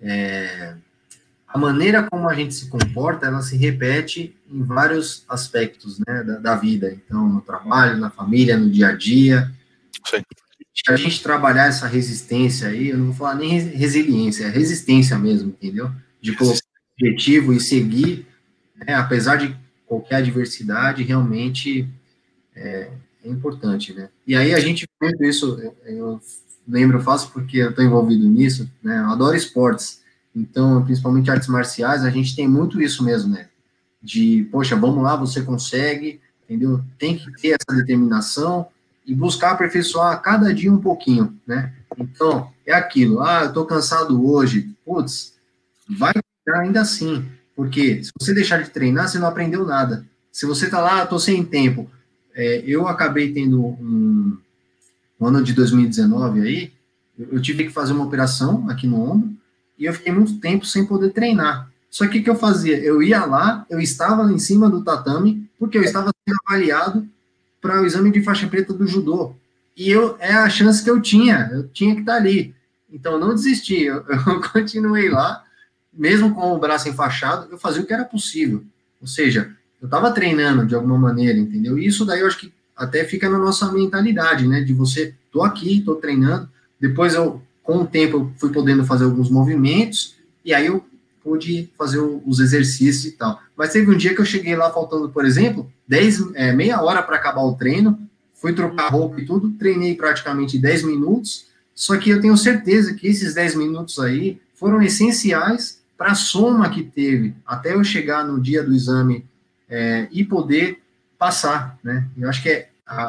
Speaker 1: a maneira como a gente se comporta, ela se repete em vários aspectos, né, da vida. Então, no trabalho, na família, no dia a dia.
Speaker 2: Sim.
Speaker 1: Se a gente trabalhar essa resistência aí, eu não vou falar nem resiliência, é resistência mesmo, entendeu? De colocar um objetivo e seguir, né, apesar de qualquer adversidade, realmente é importante, né? E aí a gente vê isso, eu lembro, eu faço porque eu estou envolvido nisso, né? Eu adoro esportes. Então, principalmente artes marciais, a gente tem muito isso mesmo, né? De, poxa, vamos lá, você consegue, entendeu? Tem que ter essa determinação e buscar aperfeiçoar a cada dia um pouquinho, né? Então, é aquilo, eu tô cansado hoje, putz, vai treinar ainda assim, porque se você deixar de treinar, você não aprendeu nada. Se você tá lá, tô sem tempo, eu acabei tendo um ano de 2019 aí, eu tive que fazer uma operação aqui no ombro, e eu fiquei muito tempo sem poder treinar. Só que o que eu fazia? Eu ia lá, eu estava lá em cima do tatame, porque eu estava sendo avaliado para o exame de faixa preta do judô. E é a chance que eu tinha que estar ali. Então, eu não desisti, eu continuei lá, mesmo com o braço enfaixado, eu fazia o que era possível. Ou seja, eu estava treinando de alguma maneira, entendeu? E isso daí eu acho que até fica na nossa mentalidade, né? De você, tô aqui, tô treinando, depois com o tempo, eu fui podendo fazer alguns movimentos, e aí eu pude fazer os exercícios e tal. Mas teve um dia que eu cheguei lá faltando, por exemplo, meia hora para acabar o treino, fui trocar roupa e tudo, treinei praticamente 10 minutos, só que eu tenho certeza que esses 10 minutos aí foram essenciais para a soma que teve até eu chegar no dia do exame e poder passar, né? Eu acho que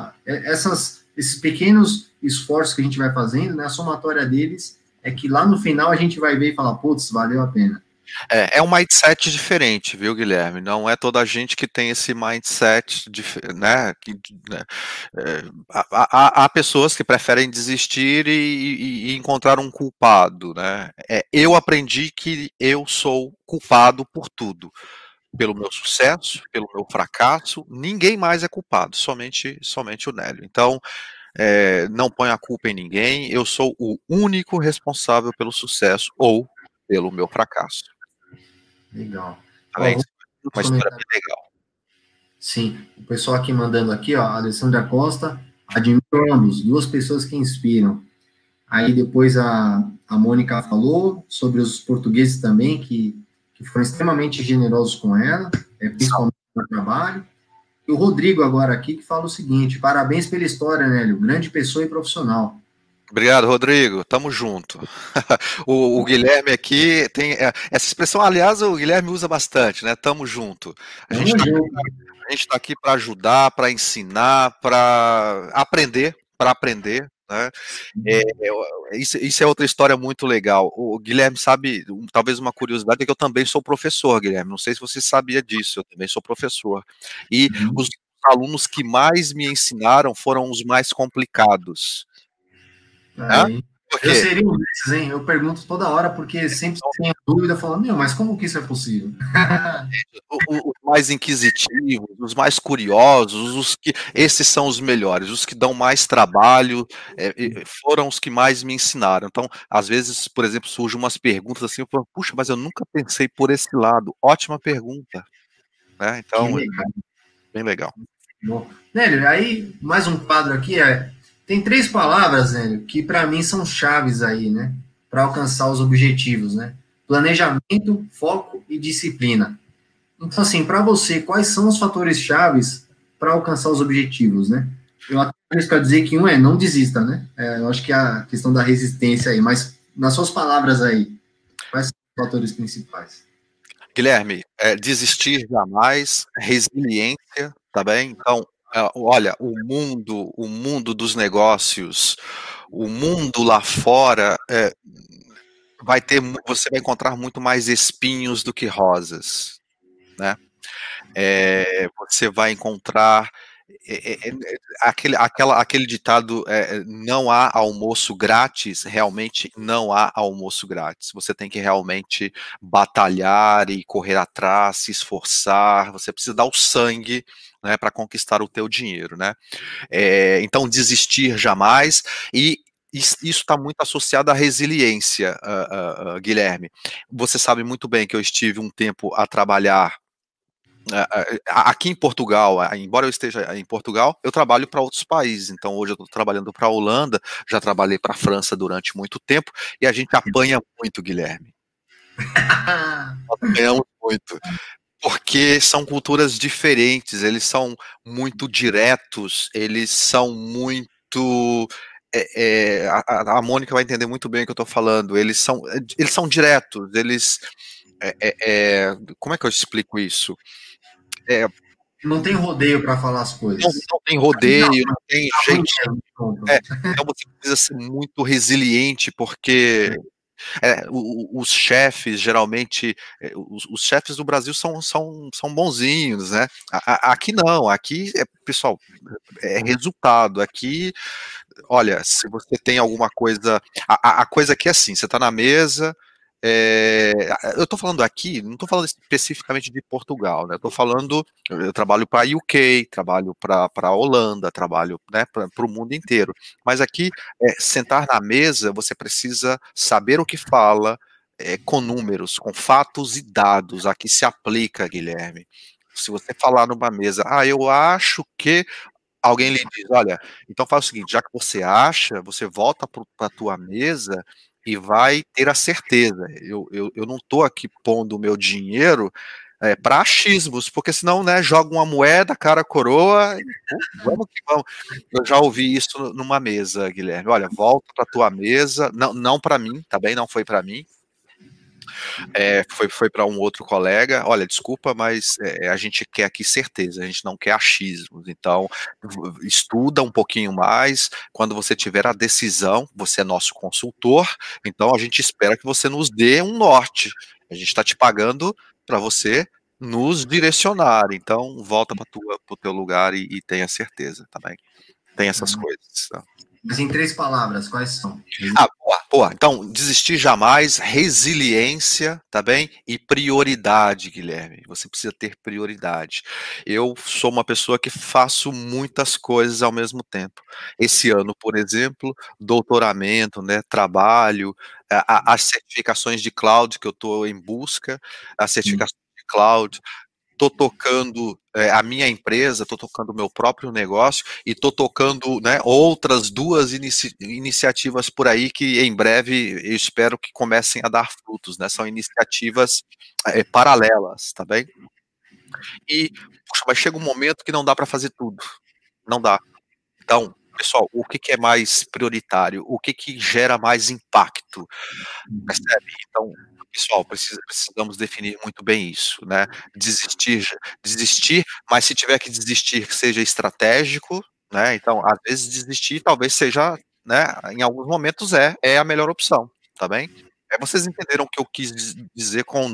Speaker 1: esses pequenos esforços que a gente vai fazendo, né, a somatória deles é que lá no final a gente vai ver e falar, putz, valeu a pena.
Speaker 2: É um mindset diferente, viu, Guilherme? Não é toda a gente que tem esse mindset, né? Há pessoas que preferem desistir e encontrar um culpado, né? Eu aprendi que eu sou culpado por tudo. Pelo meu sucesso, pelo meu fracasso, ninguém mais é culpado, somente o Nélio. Então, não ponho a culpa em ninguém, eu sou o único responsável pelo sucesso ou pelo meu fracasso.
Speaker 1: Legal.
Speaker 2: Tá bem? Uma história bem legal.
Speaker 1: Sim, o pessoal aqui mandando aqui, ó, a Alessandra Costa, admiro ambos, duas pessoas que inspiram. Aí depois a Mônica falou sobre os portugueses também, que foram extremamente generosos com ela, principalmente no trabalho. E o Rodrigo agora aqui que fala o seguinte, parabéns pela história, Nélio, grande pessoa e profissional.
Speaker 2: Obrigado, Rodrigo. Tamo junto. O Guilherme aqui tem essa expressão, aliás, o Guilherme usa bastante, né? Tamo junto. A gente tá aqui para ajudar, para ensinar, para aprender, né? Isso é outra história muito legal. O Guilherme sabe, talvez uma curiosidade é que eu também sou professor, Guilherme. Não sei se você sabia disso, eu também sou professor. E os alunos que mais me ensinaram foram os mais complicados. Né?
Speaker 1: Aí,
Speaker 2: Por
Speaker 1: eu
Speaker 2: quê?
Speaker 1: seria um desses, hein? Eu pergunto toda hora, porque sempre tenho dúvida, falando, meu, mas como que isso é possível?
Speaker 2: Os mais inquisitivos, os mais curiosos, esses são os melhores, os que dão mais trabalho, foram os que mais me ensinaram. Então, às vezes, por exemplo, surgem umas perguntas assim, eu falo, puxa, mas eu nunca pensei por esse lado. Ótima pergunta, né?
Speaker 1: Que
Speaker 2: Então,
Speaker 1: legal.
Speaker 2: bem legal.
Speaker 1: Bom, Nélio, aí mais um quadro aqui tem 3 palavras, Nélio, que para mim são chaves aí, né, para alcançar os objetivos, né? Planejamento, foco e disciplina. Então, assim, para você, quais são os fatores chaves para alcançar os objetivos, né? Eu até quero dizer que um é não desista, né? Eu acho que é a questão da resistência aí, mas nas suas palavras aí, quais são os fatores principais?
Speaker 2: Guilherme, desistir jamais, resiliência, tá bem? Então, olha, o mundo dos negócios, o mundo lá fora, você vai encontrar muito mais espinhos do que rosas, né? Você vai encontrar aquele ditado, não há almoço grátis, realmente não há almoço grátis. Você tem que realmente batalhar e correr atrás, se esforçar, você precisa dar o sangue, né, para conquistar o teu dinheiro, né? Então, desistir jamais, e isso está muito associado à resiliência, Guilherme. Você sabe muito bem que eu estive um tempo a trabalhar aqui em Portugal, embora eu esteja em Portugal, eu trabalho para outros países. Então, hoje eu estou trabalhando para a Holanda, já trabalhei para a França durante muito tempo, e a gente apanha muito, Guilherme. Nós apanhamos muito. Porque são culturas diferentes, eles são muito diretos, eles são muito. A Mônica vai entender muito bem o que eu estou falando. Eles são diretos, como é que eu explico isso? É,
Speaker 1: Não tem rodeio para falar as coisas.
Speaker 2: não tem rodeio, não tem
Speaker 1: Ruim
Speaker 2: jeito.
Speaker 1: mesmo, pronto.
Speaker 2: Então você precisa ser muito resiliente, porque os chefes, geralmente, os chefes do Brasil são bonzinhos, né? Aqui não, aqui, pessoal, é resultado. Aqui, olha, se você tem alguma coisa. A coisa aqui é assim: você está na mesa. Eu estou falando aqui, não estou falando especificamente de Portugal, né? Eu trabalho para a UK, trabalho para a Holanda, trabalho, né, para o mundo inteiro. Mas aqui, sentar na mesa, você precisa saber o que fala, com números, com fatos e dados. Aqui se aplica, Guilherme. Se você falar numa mesa, eu acho que alguém lhe diz, olha, então faz o seguinte, já que você acha, você volta para a tua mesa e vai ter a certeza. Eu não estou aqui pondo o meu dinheiro para achismos, porque senão, né, joga uma moeda, cara, coroa, e, vamos que vamos. Eu já ouvi isso numa mesa, Guilherme. Olha, volta para tua mesa, não para mim, tá bem? Não foi para mim. Foi para um outro colega. Olha, desculpa, mas a gente quer aqui certeza, a gente não quer achismos. Então, estuda um pouquinho mais. Quando você tiver a decisão, você é nosso consultor, então a gente espera que você nos dê um norte. A gente está te pagando para você nos direcionar. Então, volta para o teu lugar e tenha certeza, tá bem? Tem essas coisas. Tá?
Speaker 1: Mas em 3 palavras, quais são?
Speaker 2: Boa. Então, desistir jamais, resiliência, tá bem? E prioridade, Guilherme. Você precisa ter prioridade. Eu sou uma pessoa que faço muitas coisas ao mesmo tempo. Esse ano, por exemplo, doutoramento, né? Trabalho, as certificações de cloud que eu estou em busca, as certificações de cloud. Estou tocando a minha empresa, estou tocando o meu próprio negócio e estou tocando, né, outras 2 iniciativas por aí que em breve eu espero que comecem a dar frutos, né? São iniciativas paralelas, tá bem? E, puxa, mas chega um momento que não dá para fazer tudo, não dá. Então, pessoal, o que é mais prioritário? O que gera mais impacto? Percebe? Então, pessoal, precisamos definir muito bem isso, né? Desistir, mas se tiver que desistir, que seja estratégico, né? Então, às vezes desistir talvez seja né, em alguns momentos é a melhor opção, tá bem? Vocês entenderam o que eu quis dizer com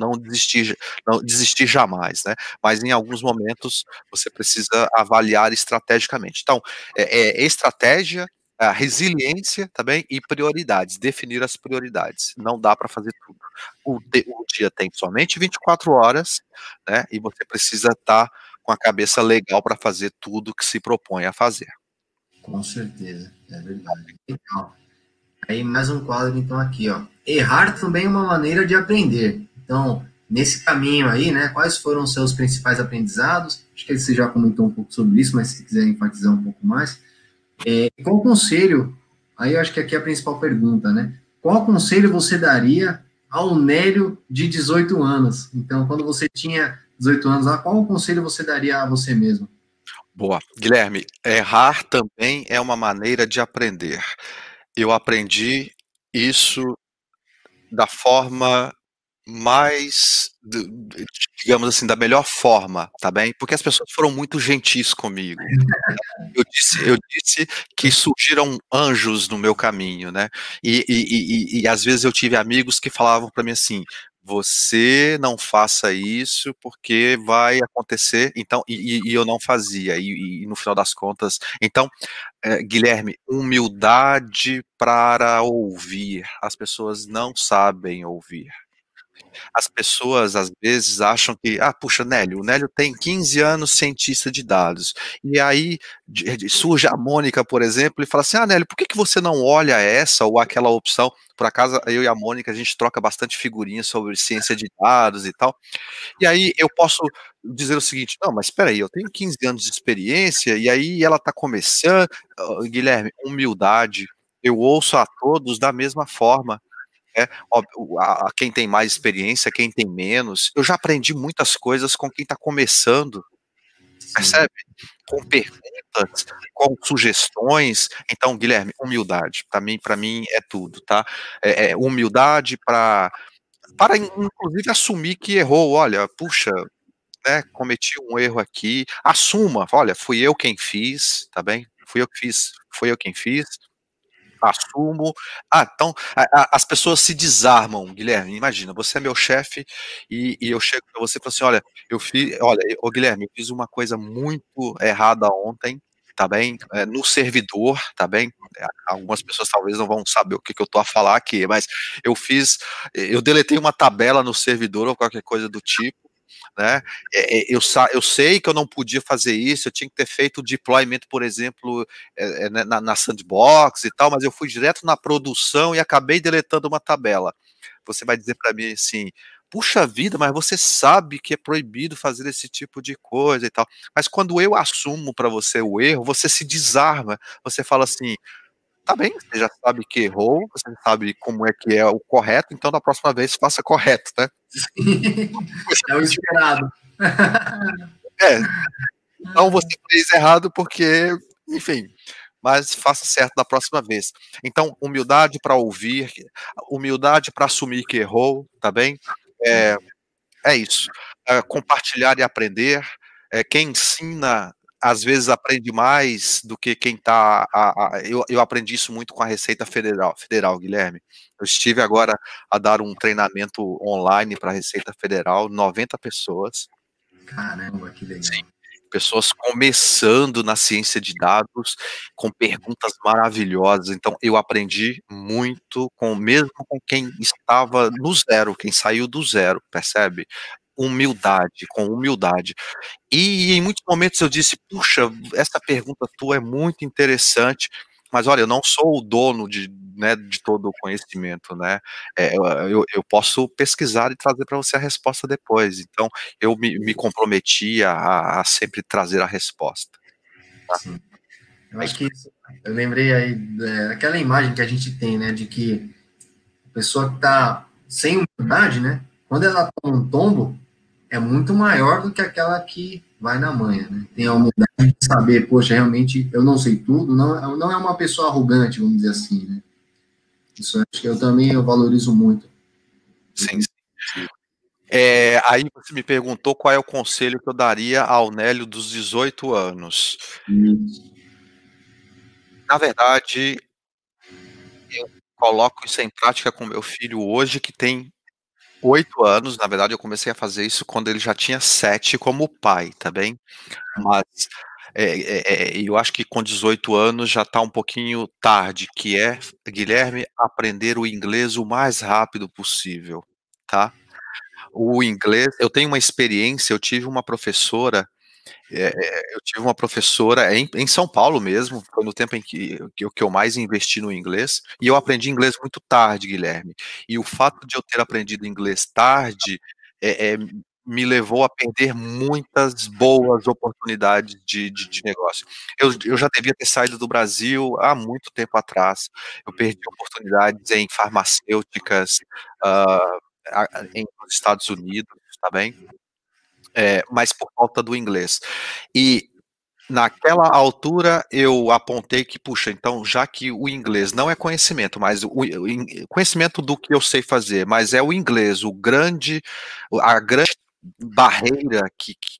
Speaker 2: não desistir jamais, né? Mas em alguns momentos você precisa avaliar estrategicamente. Então, estratégia, a resiliência também e prioridades, definir as prioridades. Não dá para fazer tudo. O dia tem somente 24 horas, né? E você precisa estar com a cabeça legal para fazer tudo que se propõe a fazer.
Speaker 1: Com certeza, é verdade. Legal. Aí mais um quadro, então, aqui, ó. Errar também é uma maneira de aprender. Então, nesse caminho aí, né, quais foram os seus principais aprendizados? Acho que você já comentou um pouco sobre isso, mas se quiser enfatizar um pouco mais. Qual conselho, aí eu acho que aqui é a principal pergunta, né? Qual conselho você daria ao Nélio de 18 anos? Então, quando você tinha 18 anos, qual conselho você daria a você mesmo?
Speaker 2: Boa. Guilherme, errar também é uma maneira de aprender. Eu aprendi isso da forma mais, digamos assim, da melhor forma, tá bem? Porque as pessoas foram muito gentis comigo. Eu disse que surgiram anjos no meu caminho, né? E às vezes eu tive amigos que falavam para mim assim: você não faça isso porque vai acontecer. Então, e eu não fazia. E no final das contas, então, Guilherme, humildade para ouvir. As pessoas não sabem ouvir. As pessoas, às vezes, acham que, puxa, o Nélio tem 15 anos cientista de dados. E aí surge a Mônica, por exemplo, e fala assim: Nélio, por que você não olha essa ou aquela opção? Por acaso, eu e a Mônica, a gente troca bastante figurinhas sobre ciência de dados e tal. E aí eu posso dizer o seguinte: não, mas espera aí, eu tenho 15 anos de experiência, e aí ela está começando. Guilherme, humildade. Eu ouço a todos da mesma forma. Quem tem mais experiência, quem tem menos. Eu já aprendi muitas coisas com quem está começando,
Speaker 1: Sim.
Speaker 2: percebe? Com perguntas, com sugestões. Então, Guilherme, humildade, para mim é tudo, tá? Humildade para inclusive assumir que errou. Olha, puxa, né, cometi um erro aqui. Assuma, olha, fui eu quem fiz, tá bem? Fui eu que fiz, foi eu quem fiz. Assumo. Então, as pessoas se desarmam, Guilherme. Imagina, você é meu chefe e eu chego para você e falo assim: olha, ô Guilherme, eu fiz uma coisa muito errada ontem, tá bem? No servidor, tá bem? Algumas pessoas talvez não vão saber o que, que eu tô a falar aqui, mas eu deletei uma tabela no servidor ou qualquer coisa do tipo, né? Eu sei que eu não podia fazer isso, eu tinha que ter feito o deployment, por exemplo, na sandbox e tal, mas eu fui direto na produção e acabei deletando uma tabela. Você vai dizer para mim assim: puxa vida, mas você sabe que é proibido fazer esse tipo de coisa e tal. Mas quando eu assumo para você o erro, você se desarma, você fala assim: tá bem, você já sabe que errou, você sabe como é que é o correto, então da próxima vez faça correto, né?
Speaker 1: É o esperado.
Speaker 2: É, então você fez errado porque, enfim, mas faça certo da próxima vez. Então, humildade para ouvir, humildade para assumir que errou, tá bem? É, é isso. Compartilhar e aprender. Quem ensina, às vezes, aprende mais do que quem está. Eu aprendi isso muito com a Receita Federal, Guilherme. Eu estive agora a dar um treinamento online para a Receita Federal, 90 pessoas.
Speaker 1: Caramba, que legal.
Speaker 2: Pessoas começando na ciência de dados, com perguntas maravilhosas. Então, eu aprendi muito mesmo com quem estava no zero, quem saiu do zero, percebe? Humildade, com humildade. E em muitos momentos eu disse: puxa, essa pergunta tua é muito interessante, mas olha, eu não sou o dono de todo o conhecimento, né? Eu posso pesquisar e trazer para você a resposta depois. Então, eu me comprometi a sempre trazer a resposta.
Speaker 1: Sim. Eu
Speaker 2: É
Speaker 1: acho
Speaker 2: isso.
Speaker 1: que eu lembrei aí daquela imagem que a gente tem, né, de que a pessoa que está sem humildade, né, quando ela toma um tombo, é muito maior do que aquela que vai na manha, né? Tem a humildade de saber, poxa, realmente eu não sei tudo, não é uma pessoa arrogante, vamos dizer assim, né? Isso eu acho que eu também valorizo muito.
Speaker 2: Sim, sim. Aí você me perguntou qual é o conselho que eu daria ao Nélio dos 18 anos.
Speaker 1: Isso.
Speaker 2: Na verdade, coloco isso em prática com meu filho hoje, que tem 8 anos. Na verdade, eu comecei a fazer isso quando ele já tinha 7 como pai, tá bem? Mas, eu acho que com 18 anos já está um pouquinho tarde, que é, Guilherme, aprender o inglês o mais rápido possível, tá? O inglês, eu tenho uma experiência, eu tive uma professora em São Paulo mesmo, foi no tempo em que eu mais investi no inglês, e eu aprendi inglês muito tarde, Guilherme. E o fato de eu ter aprendido inglês tarde, me levou a perder muitas boas oportunidades de negócio. Eu já devia ter saído do Brasil há muito tempo atrás. Eu perdi oportunidades em farmacêuticas, hã, nos Estados Unidos, tá bem? Mas por falta do inglês. E naquela altura eu apontei que, puxa, então já que o inglês não é conhecimento, mas conhecimento do que eu sei fazer, mas é o inglês, a grande barreira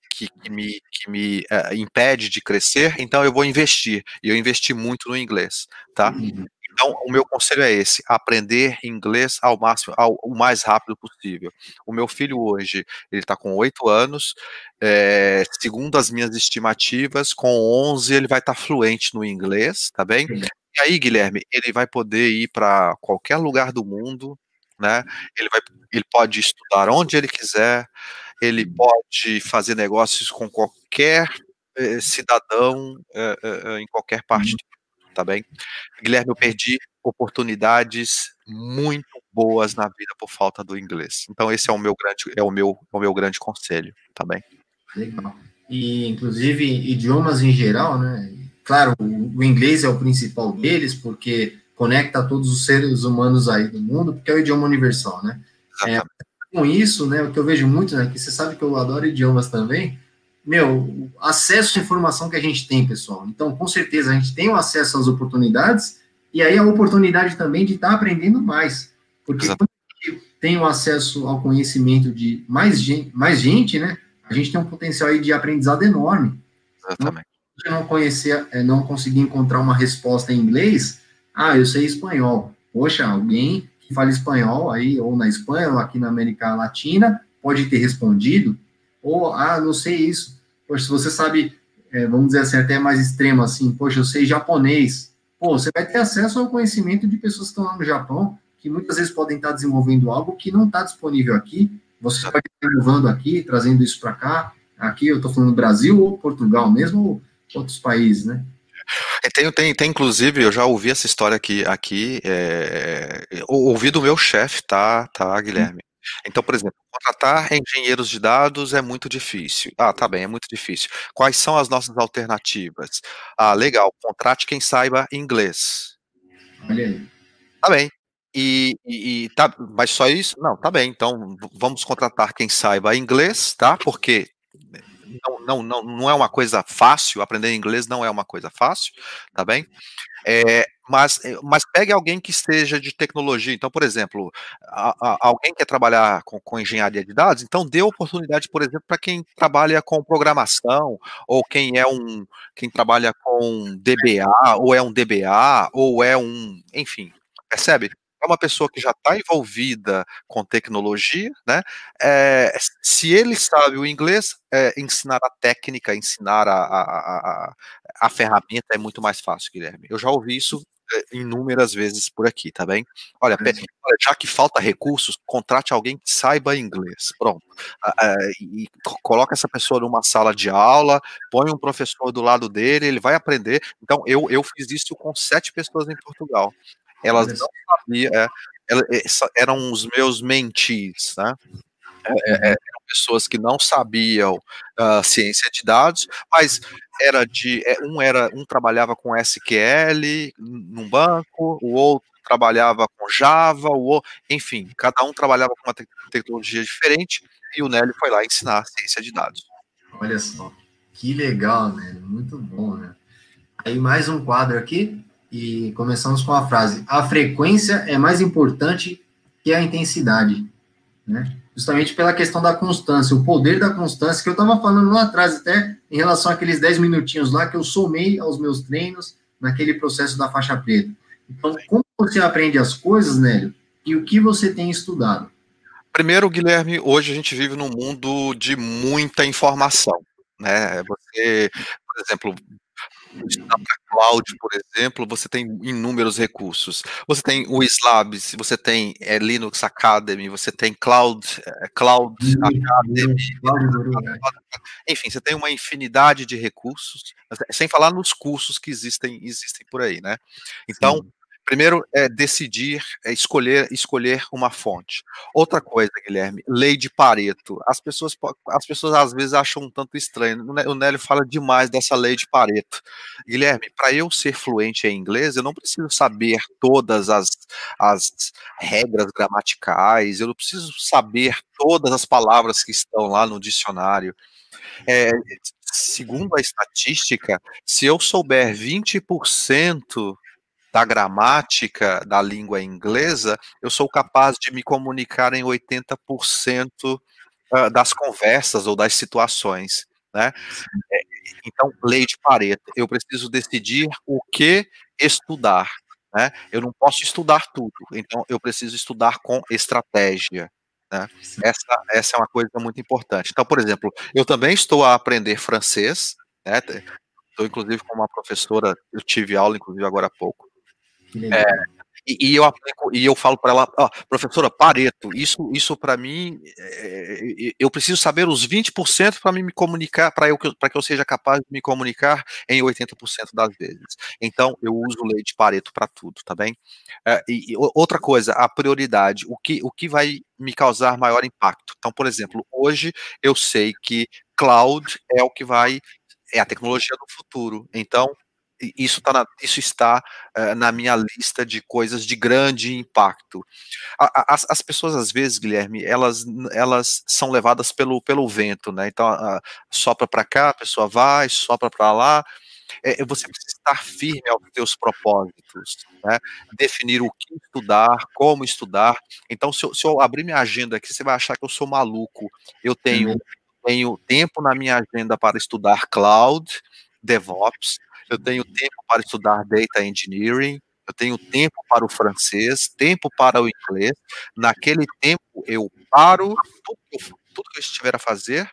Speaker 2: que me impede de crescer, então eu vou investir. E eu investi muito no inglês, tá? Então, o meu conselho é esse: aprender inglês ao máximo, o mais rápido possível. O meu filho hoje, ele está com 8 anos, segundo as minhas estimativas, com 11 ele vai estar fluente no inglês, tá bem? E aí, Guilherme, ele vai poder ir para qualquer lugar do mundo, né? Ele vai, ele pode estudar onde ele quiser, ele pode fazer negócios com qualquer cidadão em qualquer parte do mundo, tá bem? Guilherme, eu perdi oportunidades muito boas na vida por falta do inglês. Então esse é o meu grande conselho, tá bem?
Speaker 1: Legal. E, inclusive, idiomas em geral, né? Claro, o inglês é o principal deles, porque conecta todos os seres humanos aí do mundo, porque é o idioma universal, né?
Speaker 2: Exatamente.
Speaker 1: Com isso, né, o que eu vejo muito, né, que você sabe que eu adoro idiomas também, meu, o acesso à informação que a gente tem, pessoal. Então, com certeza, a gente tem o acesso às oportunidades, e aí a oportunidade também de estar aprendendo mais. Porque quando a gente tem o acesso ao conhecimento de mais gente, né, a gente tem um potencial aí de aprendizado enorme.
Speaker 2: Exatamente.
Speaker 1: Então, não conhecer, não conseguir encontrar uma resposta em inglês, eu sei espanhol. Poxa, alguém que fala espanhol aí, ou na Espanha, ou aqui na América Latina, pode ter respondido, ou, não sei isso. Poxa, se você sabe, vamos dizer assim, até mais extremo assim, poxa, eu sei japonês. Pô, você vai ter acesso ao conhecimento de pessoas que estão lá no Japão, que muitas vezes podem estar desenvolvendo algo que não está disponível aqui. Você pode estar inovando aqui, trazendo isso para cá. Aqui eu estou falando Brasil ou Portugal mesmo, ou outros países, né?
Speaker 2: Tem, inclusive, eu já ouvi essa história aqui, ouvi do meu chefe, tá, Guilherme? Então, por exemplo, contratar engenheiros de dados é muito difícil. Tá bem, é muito difícil. Quais são as nossas alternativas? Legal, contrate quem saiba inglês.
Speaker 1: Olha aí.
Speaker 2: Tá bem. Tá, mas só isso? Não, tá bem. Então vamos contratar quem saiba inglês, tá? Porque não é uma coisa fácil. Aprender inglês não é uma coisa fácil, tá bem? Mas pegue alguém que esteja de tecnologia. Então, por exemplo, alguém quer trabalhar com engenharia de dados, então dê oportunidade, por exemplo, para quem trabalha com programação, ou quem trabalha com DBA, ou é um DBA, ou enfim, percebe? É uma pessoa que já está envolvida com tecnologia, né? Se ele sabe o inglês, ensinar a técnica, ensinar a ferramenta é muito mais fácil, Guilherme. Eu já ouvi isso inúmeras vezes por aqui, tá bem? Olha, já que falta recursos, contrate alguém que saiba inglês. Pronto. E coloca essa pessoa numa sala de aula, põe um professor do lado dele, ele vai aprender. Então, eu fiz isso com 7 pessoas em Portugal. Elas não sabiam, eram os meus mentees, né? Eram pessoas que não sabiam ciência de dados, mas um trabalhava com SQL num banco, o outro trabalhava com Java, enfim, cada um trabalhava com uma tecnologia diferente, e o Nélio foi lá ensinar ciência de dados.
Speaker 1: Olha só, que legal, né? Muito bom, né? Aí mais um quadro aqui, e começamos com a frase: a frequência é mais importante que a intensidade, né? Justamente pela questão da constância, o poder da constância, que eu estava falando lá atrás, até em relação àqueles 10 minutinhos lá que eu somei aos meus treinos naquele processo da faixa preta. Então, como você aprende as coisas, Nélio, e o que você tem estudado?
Speaker 2: Primeiro, Guilherme, hoje a gente vive num mundo de muita informação, né? Você, por exemplo, estudar para cloud, por exemplo, você tem inúmeros recursos. Você tem o Slabs, você tem Linux Academy, você tem Cloud Academy,
Speaker 1: Cláudio Guru, né?
Speaker 2: enfim, você tem uma infinidade de recursos, sem falar nos cursos que existem por aí, né? Então,
Speaker 1: Sim.
Speaker 2: primeiro é decidir, escolher uma fonte. Outra coisa, Guilherme, lei de Pareto. As pessoas às vezes acham um tanto estranho. O Nélio fala demais dessa lei de Pareto. Guilherme, para eu ser fluente em inglês, eu não preciso saber todas as regras gramaticais, eu não preciso saber todas as palavras que estão lá no dicionário. É, segundo a estatística, se eu souber 20% da gramática da língua inglesa, eu sou capaz de me comunicar em 80% das conversas ou das situações, né? Então, lei de Pareto, eu preciso decidir o que estudar, né? Eu não posso estudar tudo, então eu preciso estudar com estratégia, né? Essa é uma coisa muito importante. Então, por exemplo, eu também estou a aprender francês, né? Estou inclusive com uma professora, eu tive aula inclusive agora há pouco.
Speaker 1: Que legal.
Speaker 2: E eu aplico, e eu falo para ela, ó, professora, Pareto, isso para mim, eu preciso saber os 20% para me comunicar, para que eu seja capaz de me comunicar em 80% das vezes. Então, eu uso lei de Pareto para tudo, tá bem? Outra coisa, a prioridade, o que vai me causar maior impacto. Então, por exemplo, hoje eu sei que cloud é a tecnologia do futuro. Então, isso está na minha lista de coisas de grande impacto. As pessoas, às vezes, Guilherme, elas são levadas pelo vento, né? Então, sopra para cá, a pessoa vai, sopra para lá. Você precisa estar firme aos teus propósitos, né? Definir o que estudar, como estudar. Então, se eu abrir minha agenda aqui, você vai achar que eu sou maluco. Eu
Speaker 1: É
Speaker 2: tenho tempo na minha agenda para estudar cloud, DevOps, eu tenho tempo para estudar Data Engineering, eu tenho tempo para o francês, tempo para o inglês. Naquele tempo, eu paro tudo que eu estiver a fazer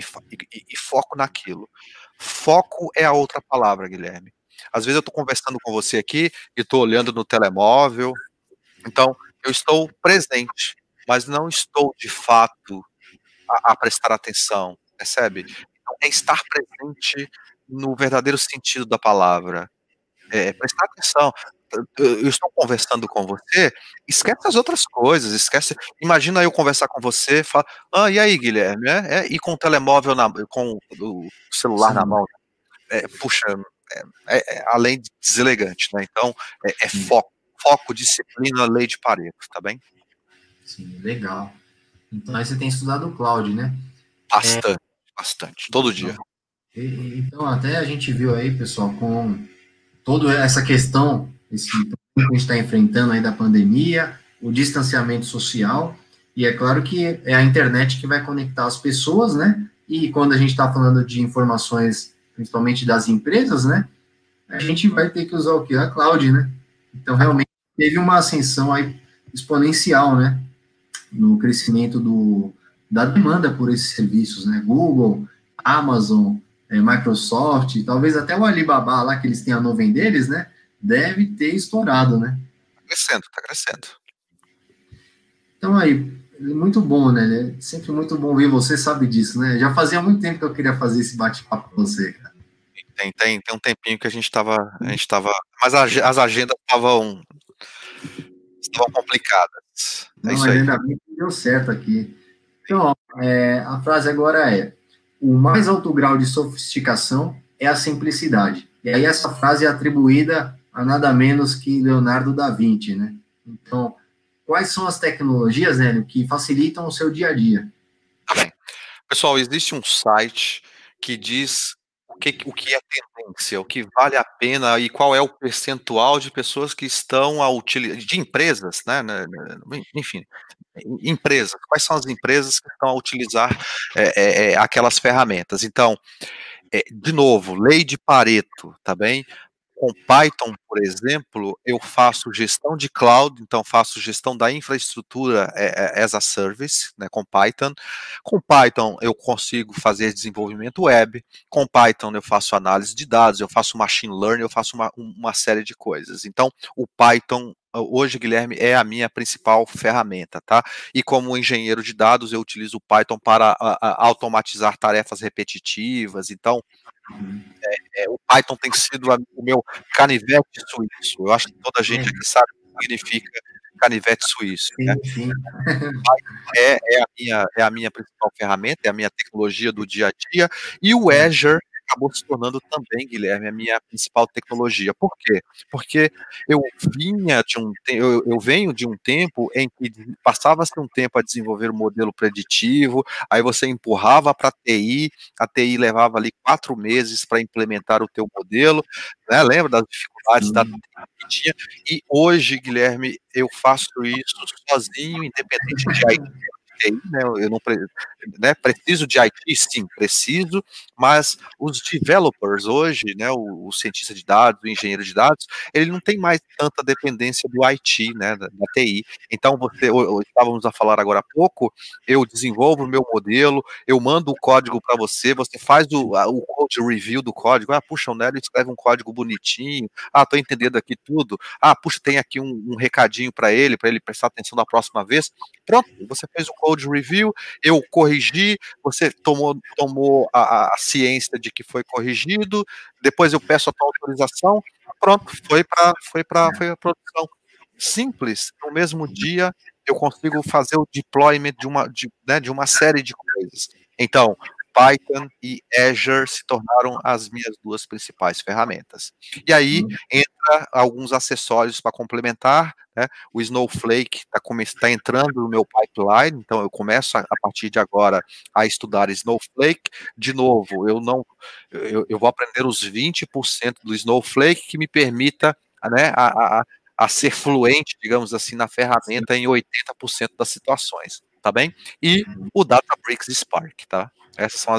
Speaker 2: e foco naquilo. Foco é a outra palavra, Guilherme. Às vezes eu estou conversando com você aqui e estou olhando no telemóvel, então eu estou presente, mas não estou de fato a prestar atenção, percebe? Então, é estar presente no verdadeiro sentido da palavra. Prestar atenção. Eu estou conversando com você, esquece as outras coisas, esquece. Imagina eu conversar com você, falar, e aí, Guilherme, e com o telemóvel com o celular na
Speaker 1: sim,
Speaker 2: mão, puxa, além de deselegante, né? Então,
Speaker 1: sim,
Speaker 2: foco, disciplina, lei de Pareto, tá bem?
Speaker 1: sim, legal. Então, aí você tem estudado o cloud, né?
Speaker 2: Bastante, bastante, todo dia.
Speaker 1: Então, até a gente viu aí, pessoal, com toda essa questão, esse problema que a gente está enfrentando aí da pandemia, o distanciamento social, e é claro que é a internet que vai conectar as pessoas, né? E quando a gente está falando de informações, principalmente das empresas, né? A gente vai ter que usar o quê? A cloud, né? Então, realmente, teve uma ascensão aí exponencial, né? No crescimento da demanda por esses serviços, né? Google, Amazon, Microsoft, talvez até o Alibaba lá, que eles têm a nuvem deles, né? Deve ter estourado, né?
Speaker 2: Tá crescendo.
Speaker 1: Então aí, muito bom, né? É sempre muito bom ver você, sabe disso, né? Já fazia muito tempo que eu queria fazer esse bate-papo com você, cara.
Speaker 2: Tem um tempinho que a gente tava, mas as agendas estavam complicadas. É
Speaker 1: Não,
Speaker 2: isso
Speaker 1: mas
Speaker 2: aí.
Speaker 1: ainda bem que deu certo aqui. Então, ó, a frase agora é: o mais alto grau de sofisticação é a simplicidade. E aí essa frase é atribuída a nada menos que Leonardo da Vinci, né? Então, quais são as tecnologias, né, que facilitam o seu dia a dia?
Speaker 2: Tá bem. Pessoal, existe um site que diz o que é tendência, o que vale a pena e qual é o percentual de pessoas que estão a utilizar, de empresas, enfim, empresas, quais são as empresas que estão a utilizar aquelas ferramentas. Então, de novo, lei de Pareto, tá bem? Com Python, por exemplo, eu faço gestão de cloud, então faço gestão da infraestrutura as a service, né, com Python. Com Python eu consigo fazer desenvolvimento web, com Python eu faço análise de dados, eu faço machine learning, eu faço uma série de coisas. Então, o Python hoje, Guilherme, é a minha principal ferramenta, tá? E como engenheiro de dados, eu utilizo o Python para automatizar tarefas repetitivas. Então, o Python tem sido o meu canivete suíço. Eu acho que toda a gente aqui sabe o que significa canivete suíço, né?
Speaker 1: Sim.
Speaker 2: É a minha principal ferramenta, é a minha tecnologia do dia a dia, e o Azure acabou se tornando também, Guilherme, a minha principal tecnologia. Por quê? Porque eu venho de um tempo em que passava-se um tempo a desenvolver um modelo preditivo, aí você empurrava para a TI levava ali 4 meses para implementar o teu modelo, né? Lembra das dificuldades da TI que tinha? E hoje, Guilherme, eu faço isso sozinho, independente de IT, né, eu não preciso de IT, sim, preciso, mas os developers hoje, né, o cientista de dados, o engenheiro de dados, ele não tem mais tanta dependência do IT, né, da TI. Então, estávamos a falar agora há pouco, eu desenvolvo o meu modelo, eu mando o código para você, você faz o code review do código, puxa, o Nélio escreve um código bonitinho, estou entendendo aqui tudo, puxa, tem aqui um recadinho para ele prestar atenção da próxima vez. Pronto, você fez o code review, eu corrigi, você tomou a ciência de que foi corrigido, depois eu peço a tua autorização, pronto, foi para a produção. Simples, no mesmo dia eu consigo fazer o deployment de uma série de coisas. Então, Python e Azure se tornaram as minhas duas principais ferramentas. E aí entra alguns acessórios para complementar, né? O Snowflake está entrando no meu pipeline, então eu começo a partir de agora a estudar Snowflake. De novo, eu vou aprender os 20% do Snowflake que me permita, né, a ser fluente, digamos assim, na ferramenta em 80% das situações, tá bem? E o Databricks Spark, tá? Essas são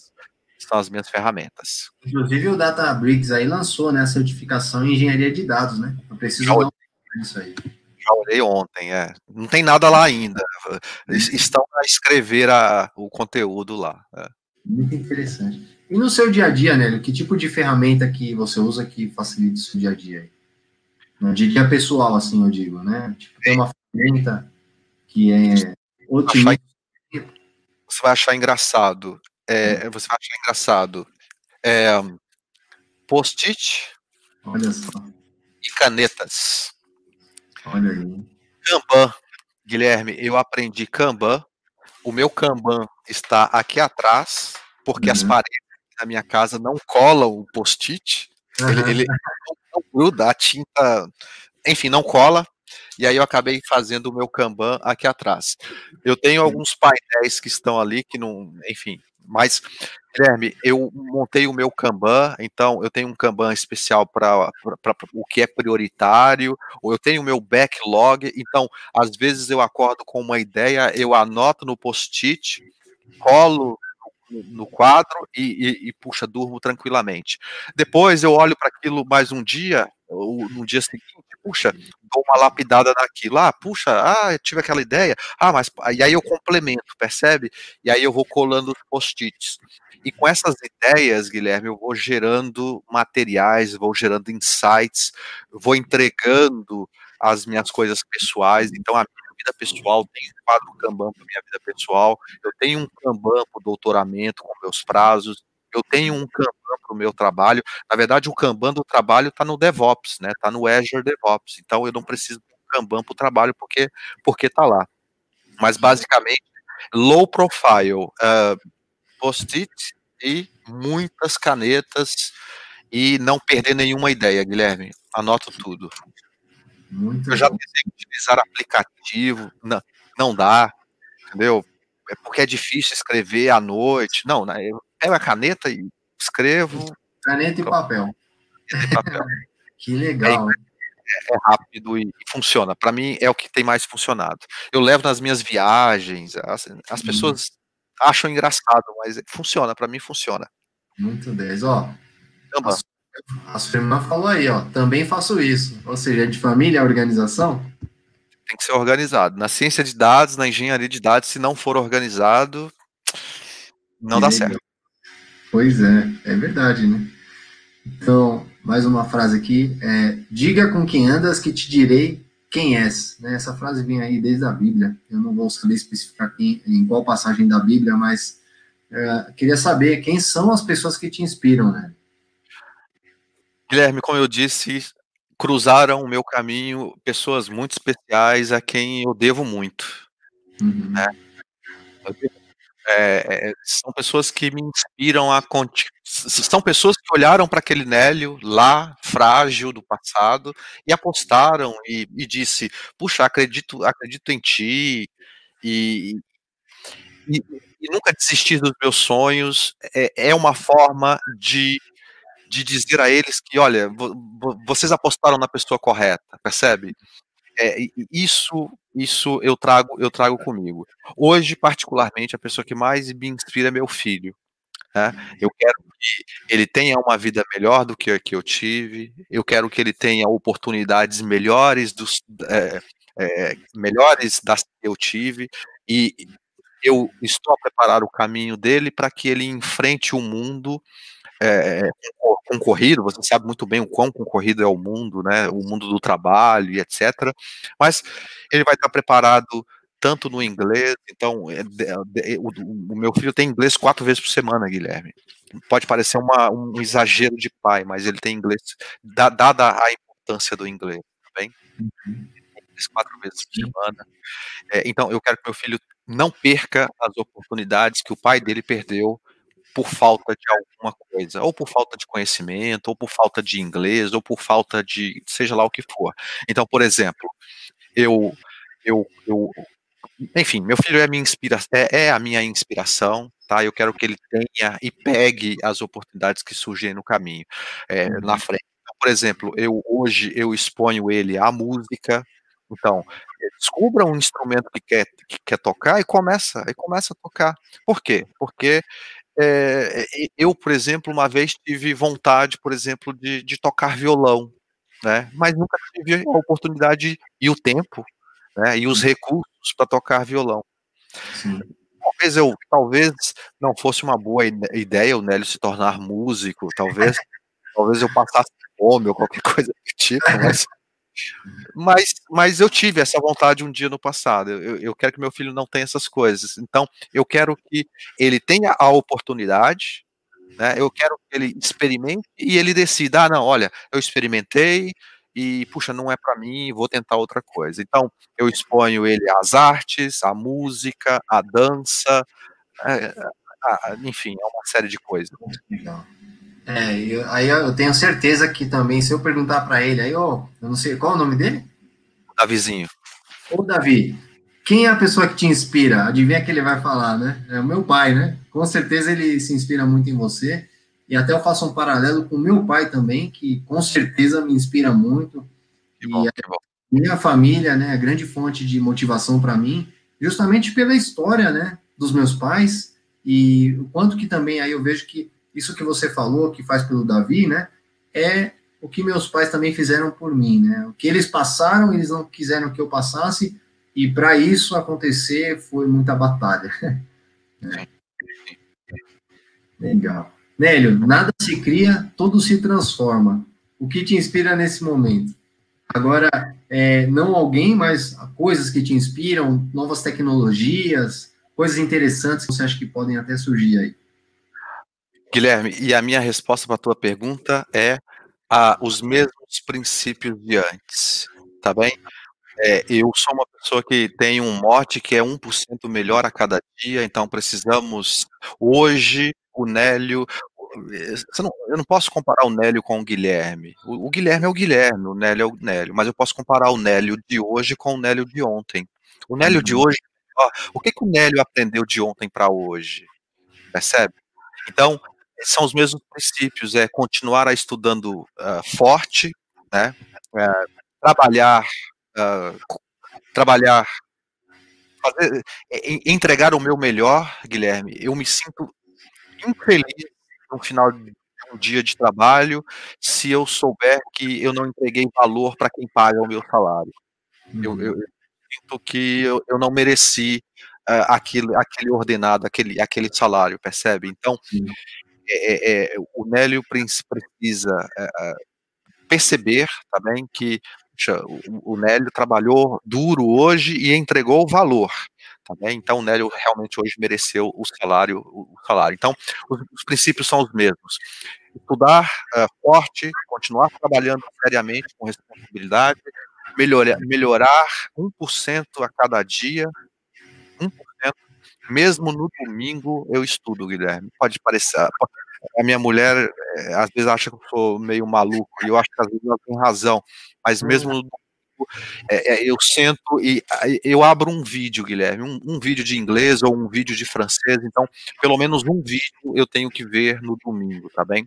Speaker 2: as minhas ferramentas.
Speaker 1: Inclusive o Databricks aí lançou, né, a certificação em engenharia de dados, né? Eu preciso dar isso aí.
Speaker 2: Já olhei ontem, não tem nada lá ainda. Estão a escrever o conteúdo lá.
Speaker 1: Muito interessante. E no seu dia a dia, Nélio, que tipo de ferramenta que você usa que facilita o seu dia a dia? No dia pessoal, assim, eu digo, né? Tipo, tem uma ferramenta que é otimista.
Speaker 2: Você vai achar engraçado. Você vai achar engraçado. Post-it.
Speaker 1: Olha só.
Speaker 2: E canetas.
Speaker 1: Olha aí.
Speaker 2: Kanban. Guilherme, eu aprendi Kanban. O meu Kanban está aqui atrás, porque as paredes da minha casa não colam o post-it. Ele não gruda, a tinta, enfim, não cola. E aí eu acabei fazendo o meu Kanban aqui atrás. Eu tenho alguns painéis que estão ali, que não, enfim, mas, Guilherme, eu montei o meu Kanban, então eu tenho um Kanban especial para o que é prioritário, ou eu tenho o meu backlog, então, às vezes eu acordo com uma ideia, eu anoto no post-it, colo no quadro e puxa, durmo tranquilamente. Depois eu olho para aquilo mais um dia, ou no dia seguinte, puxa, dou uma lapidada naquilo, puxa, eu tive aquela ideia, mas, e aí eu complemento, percebe? E aí eu vou colando os post-its. E com essas ideias, Guilherme, eu vou gerando materiais, vou gerando insights, vou entregando as minhas coisas pessoais, então a minha vida pessoal tem um quadro Kanban para minha vida pessoal, eu tenho um Kanban para o doutoramento com meus prazos, eu tenho um Kanban para o meu trabalho. Na verdade, o Kanban do trabalho está no DevOps, né? Está no Azure DevOps. Então, eu não preciso de um Kanban para o trabalho porque está lá. Mas, basicamente, low profile, post-it e muitas canetas e não perder nenhuma ideia, Guilherme. Anoto tudo. Eu já tentei utilizar aplicativo, não dá, entendeu? É porque é difícil escrever à noite. Não, eu pego a caneta e escrevo.
Speaker 1: Caneta e papel.
Speaker 2: Caneta e papel.
Speaker 1: Que legal.
Speaker 2: É rápido e funciona. Para mim, é o que tem mais funcionado. Eu levo nas minhas viagens, as pessoas acham engraçado, mas funciona, para mim funciona.
Speaker 1: Muito 10. Ó, A sua irmã falou aí, ó, também faço isso. Ou seja, é de família a organização?
Speaker 2: Tem que ser organizado. Na ciência de dados, na engenharia de dados, se não for organizado, não
Speaker 1: Que
Speaker 2: dá
Speaker 1: legal.
Speaker 2: certo.
Speaker 1: Pois é verdade, né? Então, mais uma frase aqui, diga com quem andas que te direi quem és. Né? Essa frase vem aí desde a Bíblia. Eu não vou saber especificar em qual passagem da Bíblia, mas queria saber quem são as pessoas que te inspiram, né?
Speaker 2: Guilherme, como eu disse, cruzaram o meu caminho pessoas muito especiais a quem eu devo muito. Né?
Speaker 1: Uhum.
Speaker 2: São pessoas que me inspiram são pessoas que olharam para aquele Nélio lá, frágil do passado, e apostaram e disse, puxa, acredito em ti, e, e, e nunca desistir dos meus sonhos é uma forma de dizer a eles que, olha, vocês apostaram na pessoa correta, percebe? Isso eu trago comigo. Hoje, particularmente, a pessoa que mais me inspira é meu filho. Né? Eu quero que ele tenha uma vida melhor do que a que eu tive. Eu quero que ele tenha oportunidades melhores das que eu tive. E eu estou a preparar o caminho dele para que ele enfrente o mundo concorrido. Você sabe muito bem o quão concorrido é o mundo, né? O mundo do trabalho e etc. Mas ele vai estar preparado tanto no inglês, então o meu filho tem inglês 4 vezes por semana, Guilherme. Pode parecer um exagero de pai, mas ele tem inglês, dada a importância do inglês, tá bem? Inglês 4 vezes por semana. Então eu quero que meu filho não perca as oportunidades que o pai dele perdeu por falta de alguma coisa, ou por falta de conhecimento, ou por falta de inglês, ou por falta de seja lá o que for. Então, por exemplo, eu, eu enfim, meu filho é a minha inspiração, tá? Eu quero que ele tenha e pegue as oportunidades que surgem no caminho, na frente. Então, por exemplo, hoje eu exponho ele à música, então, descubra um instrumento que quer tocar e começa a tocar. Por quê? Porque eu, por exemplo, uma vez tive vontade, por exemplo, de tocar violão, né? Mas nunca tive a oportunidade e o tempo, né? E os recursos para tocar violão.
Speaker 1: Sim.
Speaker 2: Talvez não fosse uma boa ideia o Nélio se tornar músico, talvez eu passasse fome ou qualquer coisa do tipo, mas eu tive essa vontade um dia no passado. Eu quero que meu filho não tenha essas coisas. Então, eu quero que ele tenha a oportunidade, né? Eu quero que ele experimente e ele decida: ah, não, olha, eu experimentei e, puxa, não é para mim, vou tentar outra coisa. Então, eu exponho ele às artes, à música, à dança, eh, enfim, é uma série de coisas.
Speaker 1: Legal. Aí eu tenho certeza que também, se eu perguntar para ele, aí, ó, eu não sei qual é o nome dele?
Speaker 2: Davizinho.
Speaker 1: Ô, Davi, quem é a pessoa que te inspira? Adivinha que ele vai falar, né? É o meu pai, né? Com certeza ele se inspira muito em você. E até eu faço um paralelo com o meu pai também, que com certeza me inspira muito.
Speaker 2: Que
Speaker 1: E
Speaker 2: bom,
Speaker 1: a
Speaker 2: que bom.
Speaker 1: minha família, né, é grande fonte de motivação para mim, justamente pela história, né, dos meus pais. E o quanto que também aí eu vejo que isso que você falou, que faz pelo Davi, né, é o que meus pais também fizeram por mim, né? O que eles passaram, eles não quiseram que eu passasse, e para isso acontecer foi muita batalha.
Speaker 2: Sim.
Speaker 1: Legal. Nélio, nada se cria, tudo se transforma. O que te inspira nesse momento? Agora, não alguém, mas coisas que te inspiram, novas tecnologias, coisas interessantes que você acha que podem até surgir aí.
Speaker 2: Guilherme, e a minha resposta para a tua pergunta é os mesmos princípios de antes, tá bem? Eu sou uma pessoa que tem um mote que é 1% melhor a cada dia, então precisamos hoje o Nélio, eu não posso comparar o Nélio com o Guilherme. O Guilherme é o Guilherme, o Nélio é o Nélio, mas eu posso comparar o Nélio de hoje com o Nélio de ontem. O Nélio de hoje, o que o Nélio aprendeu de ontem para hoje? Percebe? Então, são os mesmos princípios, é continuar estudando forte, né? Trabalhar, uh, trabalhar, entregar o meu melhor, Guilherme. Eu me sinto infeliz no final de um um dia de trabalho se eu souber que eu não entreguei valor para quem paga o meu salário. Eu sinto que eu não mereci aquele ordenado, aquele salário, percebe? Então, o Nélio precisa perceber também que puxa, o Nélio trabalhou duro hoje e entregou valor. Tá bem? Então o Nélio realmente hoje mereceu o salário. Então, os princípios são os mesmos. Estudar forte, continuar trabalhando seriamente com responsabilidade, melhorar 1% a cada dia, 1%, mesmo no domingo eu estudo, Guilherme. Pode parecer, a minha mulher às vezes acha que eu sou meio maluco, e eu acho que às vezes ela tem razão, mas mesmo no domingo, eu sento e eu abro um vídeo, Guilherme, um vídeo de inglês ou um vídeo de francês, então pelo menos um vídeo eu tenho que ver no domingo, tá bem?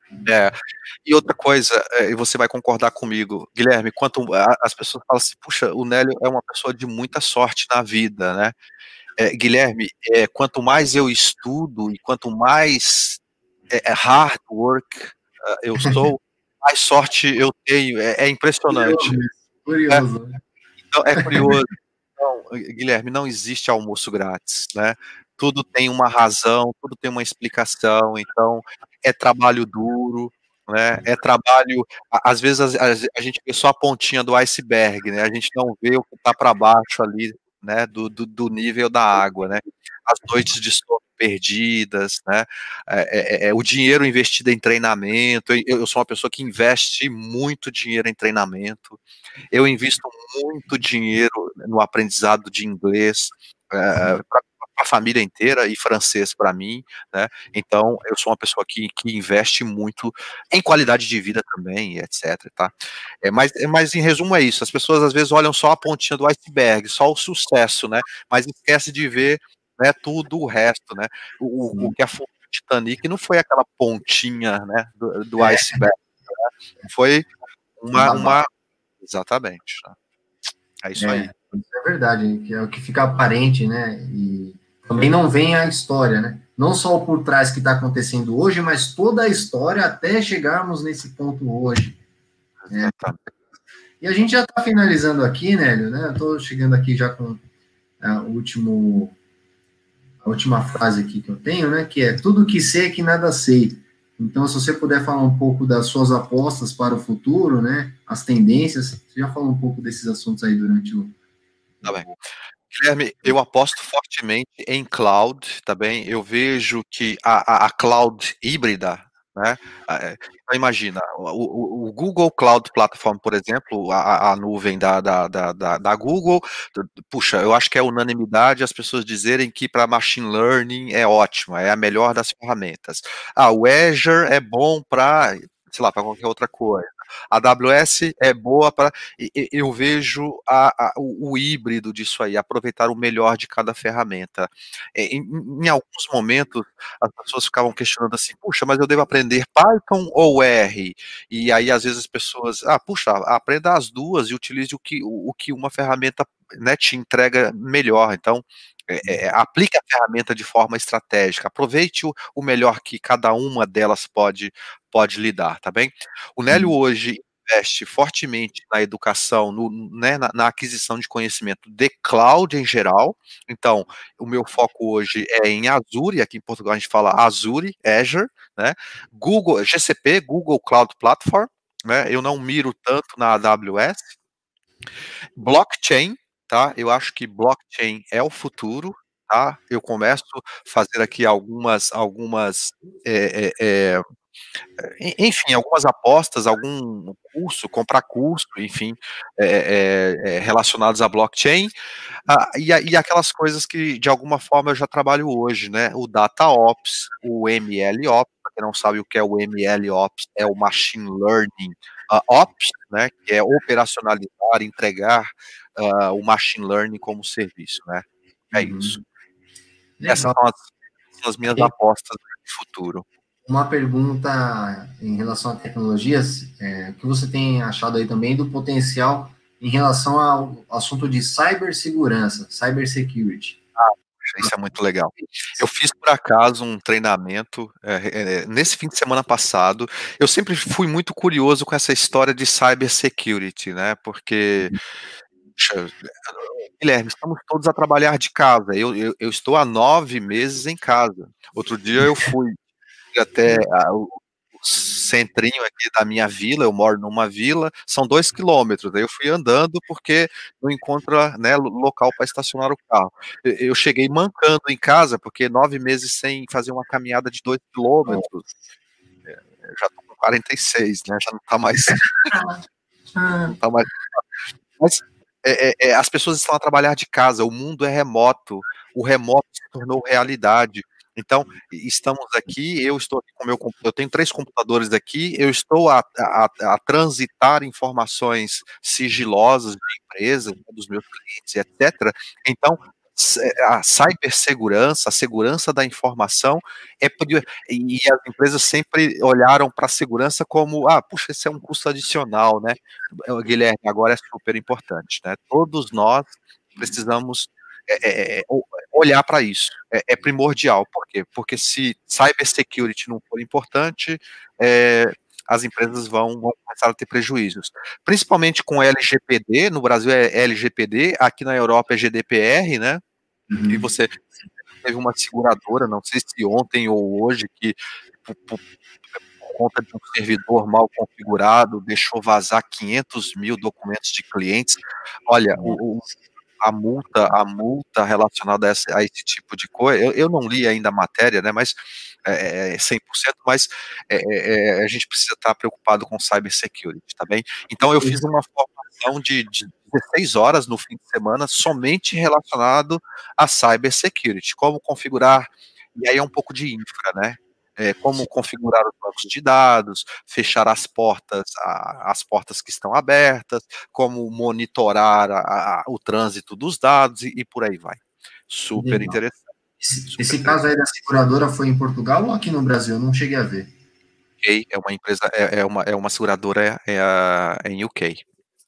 Speaker 2: E outra coisa, e você vai concordar comigo, Guilherme, as pessoas falam assim, puxa, o Nélio é uma pessoa de muita sorte na vida, né? Guilherme, quanto mais eu estudo e quanto mais hard work eu sou, mais sorte eu tenho. É impressionante.
Speaker 1: Curioso.
Speaker 2: Então, é curioso. Então, Guilherme, não existe almoço grátis, né? Tudo tem uma razão, tudo tem uma explicação. Então, é trabalho duro, né? É trabalho. Às vezes a gente vê só a pontinha do iceberg, né? A gente não vê o que está para baixo ali, né? Do nível da água, né? As noites de sono perdidas, né? O dinheiro investido em treinamento. Eu sou uma pessoa que investe muito dinheiro em treinamento. Eu invisto muito dinheiro no aprendizado de inglês para a família inteira e francês para mim, né? Então eu sou uma pessoa que investe muito em qualidade de vida também, etc. Tá? Mas em resumo é isso. As pessoas às vezes olham só a pontinha do iceberg, só o sucesso, né? Mas esquece de ver, né, tudo o resto, né? O que afundou o Titanic não foi aquela pontinha, né, do iceberg, né? Foi uma exatamente. Tá? É isso aí.
Speaker 1: Isso é verdade, que é o que fica aparente, né? E também não vem a história, né? Não só o por trás que está acontecendo hoje, mas toda a história até chegarmos nesse ponto hoje. Né? E a gente já está finalizando aqui, Nélio, né? Eu estou chegando aqui já com a última frase aqui que eu tenho, né? Que é tudo que sei é que nada sei. Então, se você puder falar um pouco das suas apostas para o futuro, né? As tendências, você já falou um pouco desses assuntos aí durante o...
Speaker 2: Tá bem. Guilherme, eu aposto fortemente em cloud, tá bem? Eu vejo que a cloud híbrida, né? Então imagina, o Google Cloud Platform, por exemplo, a nuvem da Google, puxa, eu acho que é unanimidade as pessoas dizerem que para machine learning é ótima, é a melhor das ferramentas. O Azure é bom para, sei lá, para qualquer outra coisa. A AWS é boa para. Eu vejo o híbrido disso aí, aproveitar o melhor de cada ferramenta. Em alguns momentos, as pessoas ficavam questionando assim: puxa, mas eu devo aprender Python ou R? E aí, às vezes, as pessoas, puxa, aprenda as duas e utilize o que uma ferramenta, né, te entrega melhor. Então, aplique a ferramenta de forma estratégica, aproveite o melhor que cada uma delas pode lhe dar, tá bem? O Nélio hoje investe fortemente na educação, né, na aquisição de conhecimento de cloud em geral. Então, o meu foco hoje é em Azure, aqui em Portugal a gente fala Azure, né? Google, GCP, Google Cloud Platform, né? Eu não miro tanto na AWS. Blockchain, tá? Eu acho que blockchain é o futuro, tá? Eu começo a fazer aqui algumas enfim, algumas apostas, algum curso, comprar curso, enfim, relacionados a blockchain, e aquelas coisas que, de alguma forma, eu já trabalho hoje, né? O DataOps, o MLOps, para quem não sabe o que é o MLOps, é o Machine Learning Ops, né? Que é operacionalizar, entregar o Machine Learning como serviço, né? É isso. Essas são as minhas apostas de futuro.
Speaker 1: Uma pergunta em relação a tecnologias, o que você tem achado aí também do potencial em relação ao assunto de cibersegurança, cybersecurity?
Speaker 2: Isso é muito legal. Eu fiz, por acaso, um treinamento nesse fim de semana passado. Eu sempre fui muito curioso com essa história de cybersecurity, né? Porque, puxa, Guilherme, estamos todos a trabalhar de casa. Eu estou há 9 meses em casa. Outro dia eu fui até o centrinho aqui da minha vila, eu moro numa vila, são 2 quilômetros, aí eu fui andando porque não encontra, né, local para estacionar o carro. Eu cheguei mancando em casa, porque 9 meses sem fazer uma caminhada de 2 quilômetros, eu já tô com 46, né, já não tá mais não tá mais mas, as pessoas estão a trabalhar de casa, o mundo é remoto, o remoto se tornou realidade. Então, estamos aqui, eu estou aqui com o meu eu tenho 3 computadores aqui, eu estou a transitar informações sigilosas de empresas, dos meus clientes, etcétera. Então, a cibersegurança, a segurança da informação e as empresas sempre olharam para a segurança como, puxa, esse é um custo adicional, né? Guilherme, agora é super importante, né? Todos nós precisamos olhar para isso. É primordial. Por quê? Porque se cybersecurity não for importante, as empresas vão começar a ter prejuízos. Principalmente com LGPD, no Brasil é LGPD, aqui na Europa é GDPR, né? E você teve uma seguradora, não sei se ontem ou hoje, que por conta de um servidor mal configurado, deixou vazar 500 mil documentos de clientes. Olha, a multa relacionada a esse tipo de coisa, eu não li ainda a matéria, né, mas 100%, mas a gente precisa estar preocupado com cybersecurity, tá bem? Então eu fiz uma formação de 16 horas no fim de semana somente relacionado a cybersecurity, como configurar, e aí é um pouco de infra, né? Como configurar os bancos de dados, fechar as portas que estão abertas, como monitorar o trânsito dos dados e por aí vai. Super interessante.
Speaker 1: Esse caso aí da seguradora foi em Portugal ou aqui no Brasil? Eu não cheguei a ver.
Speaker 2: É uma empresa, é uma seguradora em UK.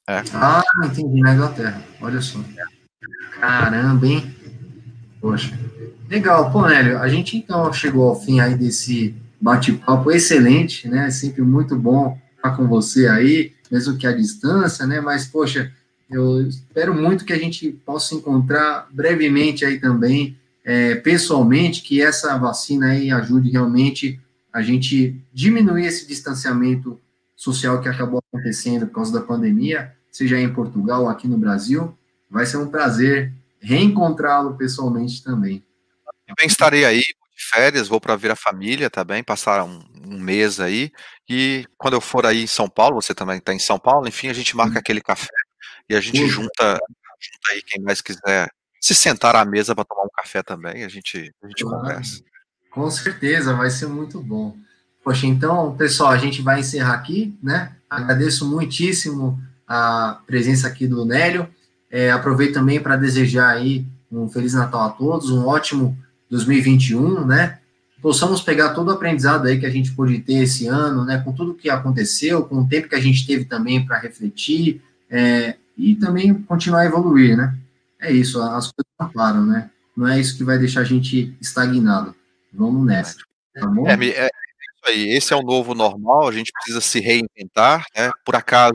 Speaker 1: Entendi, na Inglaterra. Olha só. Caramba, hein? Poxa. Legal, pô, Nélio, a gente então chegou ao fim aí desse bate-papo excelente, né? É sempre muito bom estar com você aí, mesmo que à distância, né? Mas, poxa, eu espero muito que a gente possa se encontrar brevemente aí também, pessoalmente, que essa vacina aí ajude realmente a gente diminuir esse distanciamento social que acabou acontecendo por causa da pandemia, seja em Portugal ou aqui no Brasil. Vai ser um prazer reencontrá-lo pessoalmente também.
Speaker 2: Também estarei aí de férias, vou para ver a família, tá bem? Passar um mês aí, e quando eu for aí em São Paulo, você também está em São Paulo, enfim, a gente marca aquele café e a gente junta aí quem mais quiser se sentar à mesa para tomar um café também, a gente conversa.
Speaker 1: Com certeza, vai ser muito bom. Poxa, então, pessoal, a gente vai encerrar aqui, né? Agradeço muitíssimo a presença aqui do Nélio. Aproveito também para desejar aí um Feliz Natal a todos, um ótimo 2021, né? Possamos pegar todo o aprendizado aí que a gente pôde ter esse ano, né? Com tudo que aconteceu, com o tempo que a gente teve também para refletir, e também continuar a evoluir, né? É isso, as coisas não param, né? Não é isso que vai deixar a gente estagnado. Vamos nessa, tá bom?
Speaker 2: É isso aí, esse é o novo normal, a gente precisa se reinventar, né? Por acaso,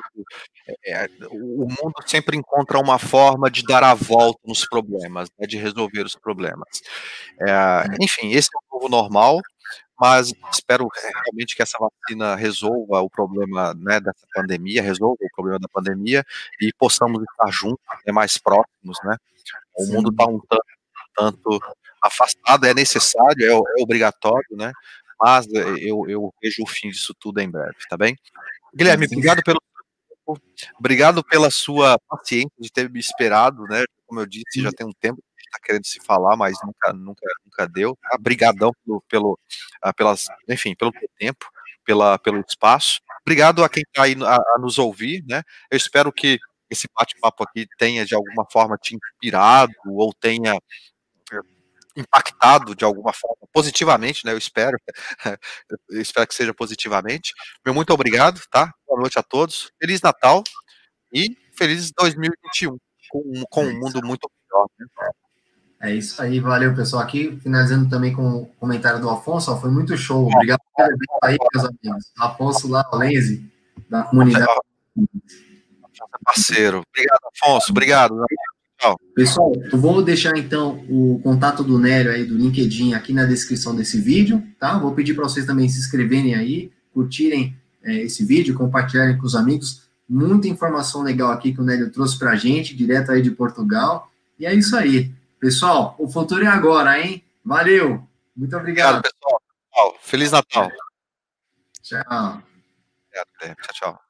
Speaker 2: o mundo sempre encontra uma forma de dar a volta nos problemas, né? De resolver os problemas. Enfim, esse é o novo normal, mas espero realmente que essa vacina resolva o problema, né, dessa pandemia, resolva o problema da pandemia e possamos estar juntos, né, mais próximos, né? O mundo está um tanto afastado, é necessário, é obrigatório, né? Mas eu vejo o fim disso tudo em breve, tá bem? Guilherme, obrigado pela sua paciência de ter me esperado, né? Como eu disse, já tem um tempo que a gente está querendo se falar, mas nunca deu. Obrigadão enfim, pelo teu tempo, pelo espaço. Obrigado a quem está aí a nos ouvir, né? Eu espero que esse bate-papo aqui tenha de alguma forma te inspirado ou tenha impactado de alguma forma positivamente, né? Eu espero, eu espero que seja positivamente. Meu muito obrigado, tá? Boa noite a todos. Feliz Natal e feliz 2021 com um mundo muito melhor, né?
Speaker 1: É isso aí, valeu, pessoal. Aqui, finalizando também com o comentário do Afonso, ó, foi muito show. Obrigado por ter vindo aí, meus amigos. Afonso lá, o Lenzi, da comunidade.
Speaker 2: Parceiro. Obrigado, Afonso. Obrigado. Tchau.
Speaker 1: Pessoal, eu vou deixar então o contato do Nélio aí do LinkedIn aqui na descrição desse vídeo, tá? Vou pedir para vocês também se inscreverem aí, curtirem esse vídeo, compartilharem com os amigos. Muita informação legal aqui que o Nélio trouxe para a gente, direto aí de Portugal. E é isso aí. Pessoal, o futuro é agora, hein? Valeu! Muito obrigado.
Speaker 2: Obrigado, pessoal. Feliz Natal.
Speaker 1: Tchau.
Speaker 2: Obrigado, tchau, tchau.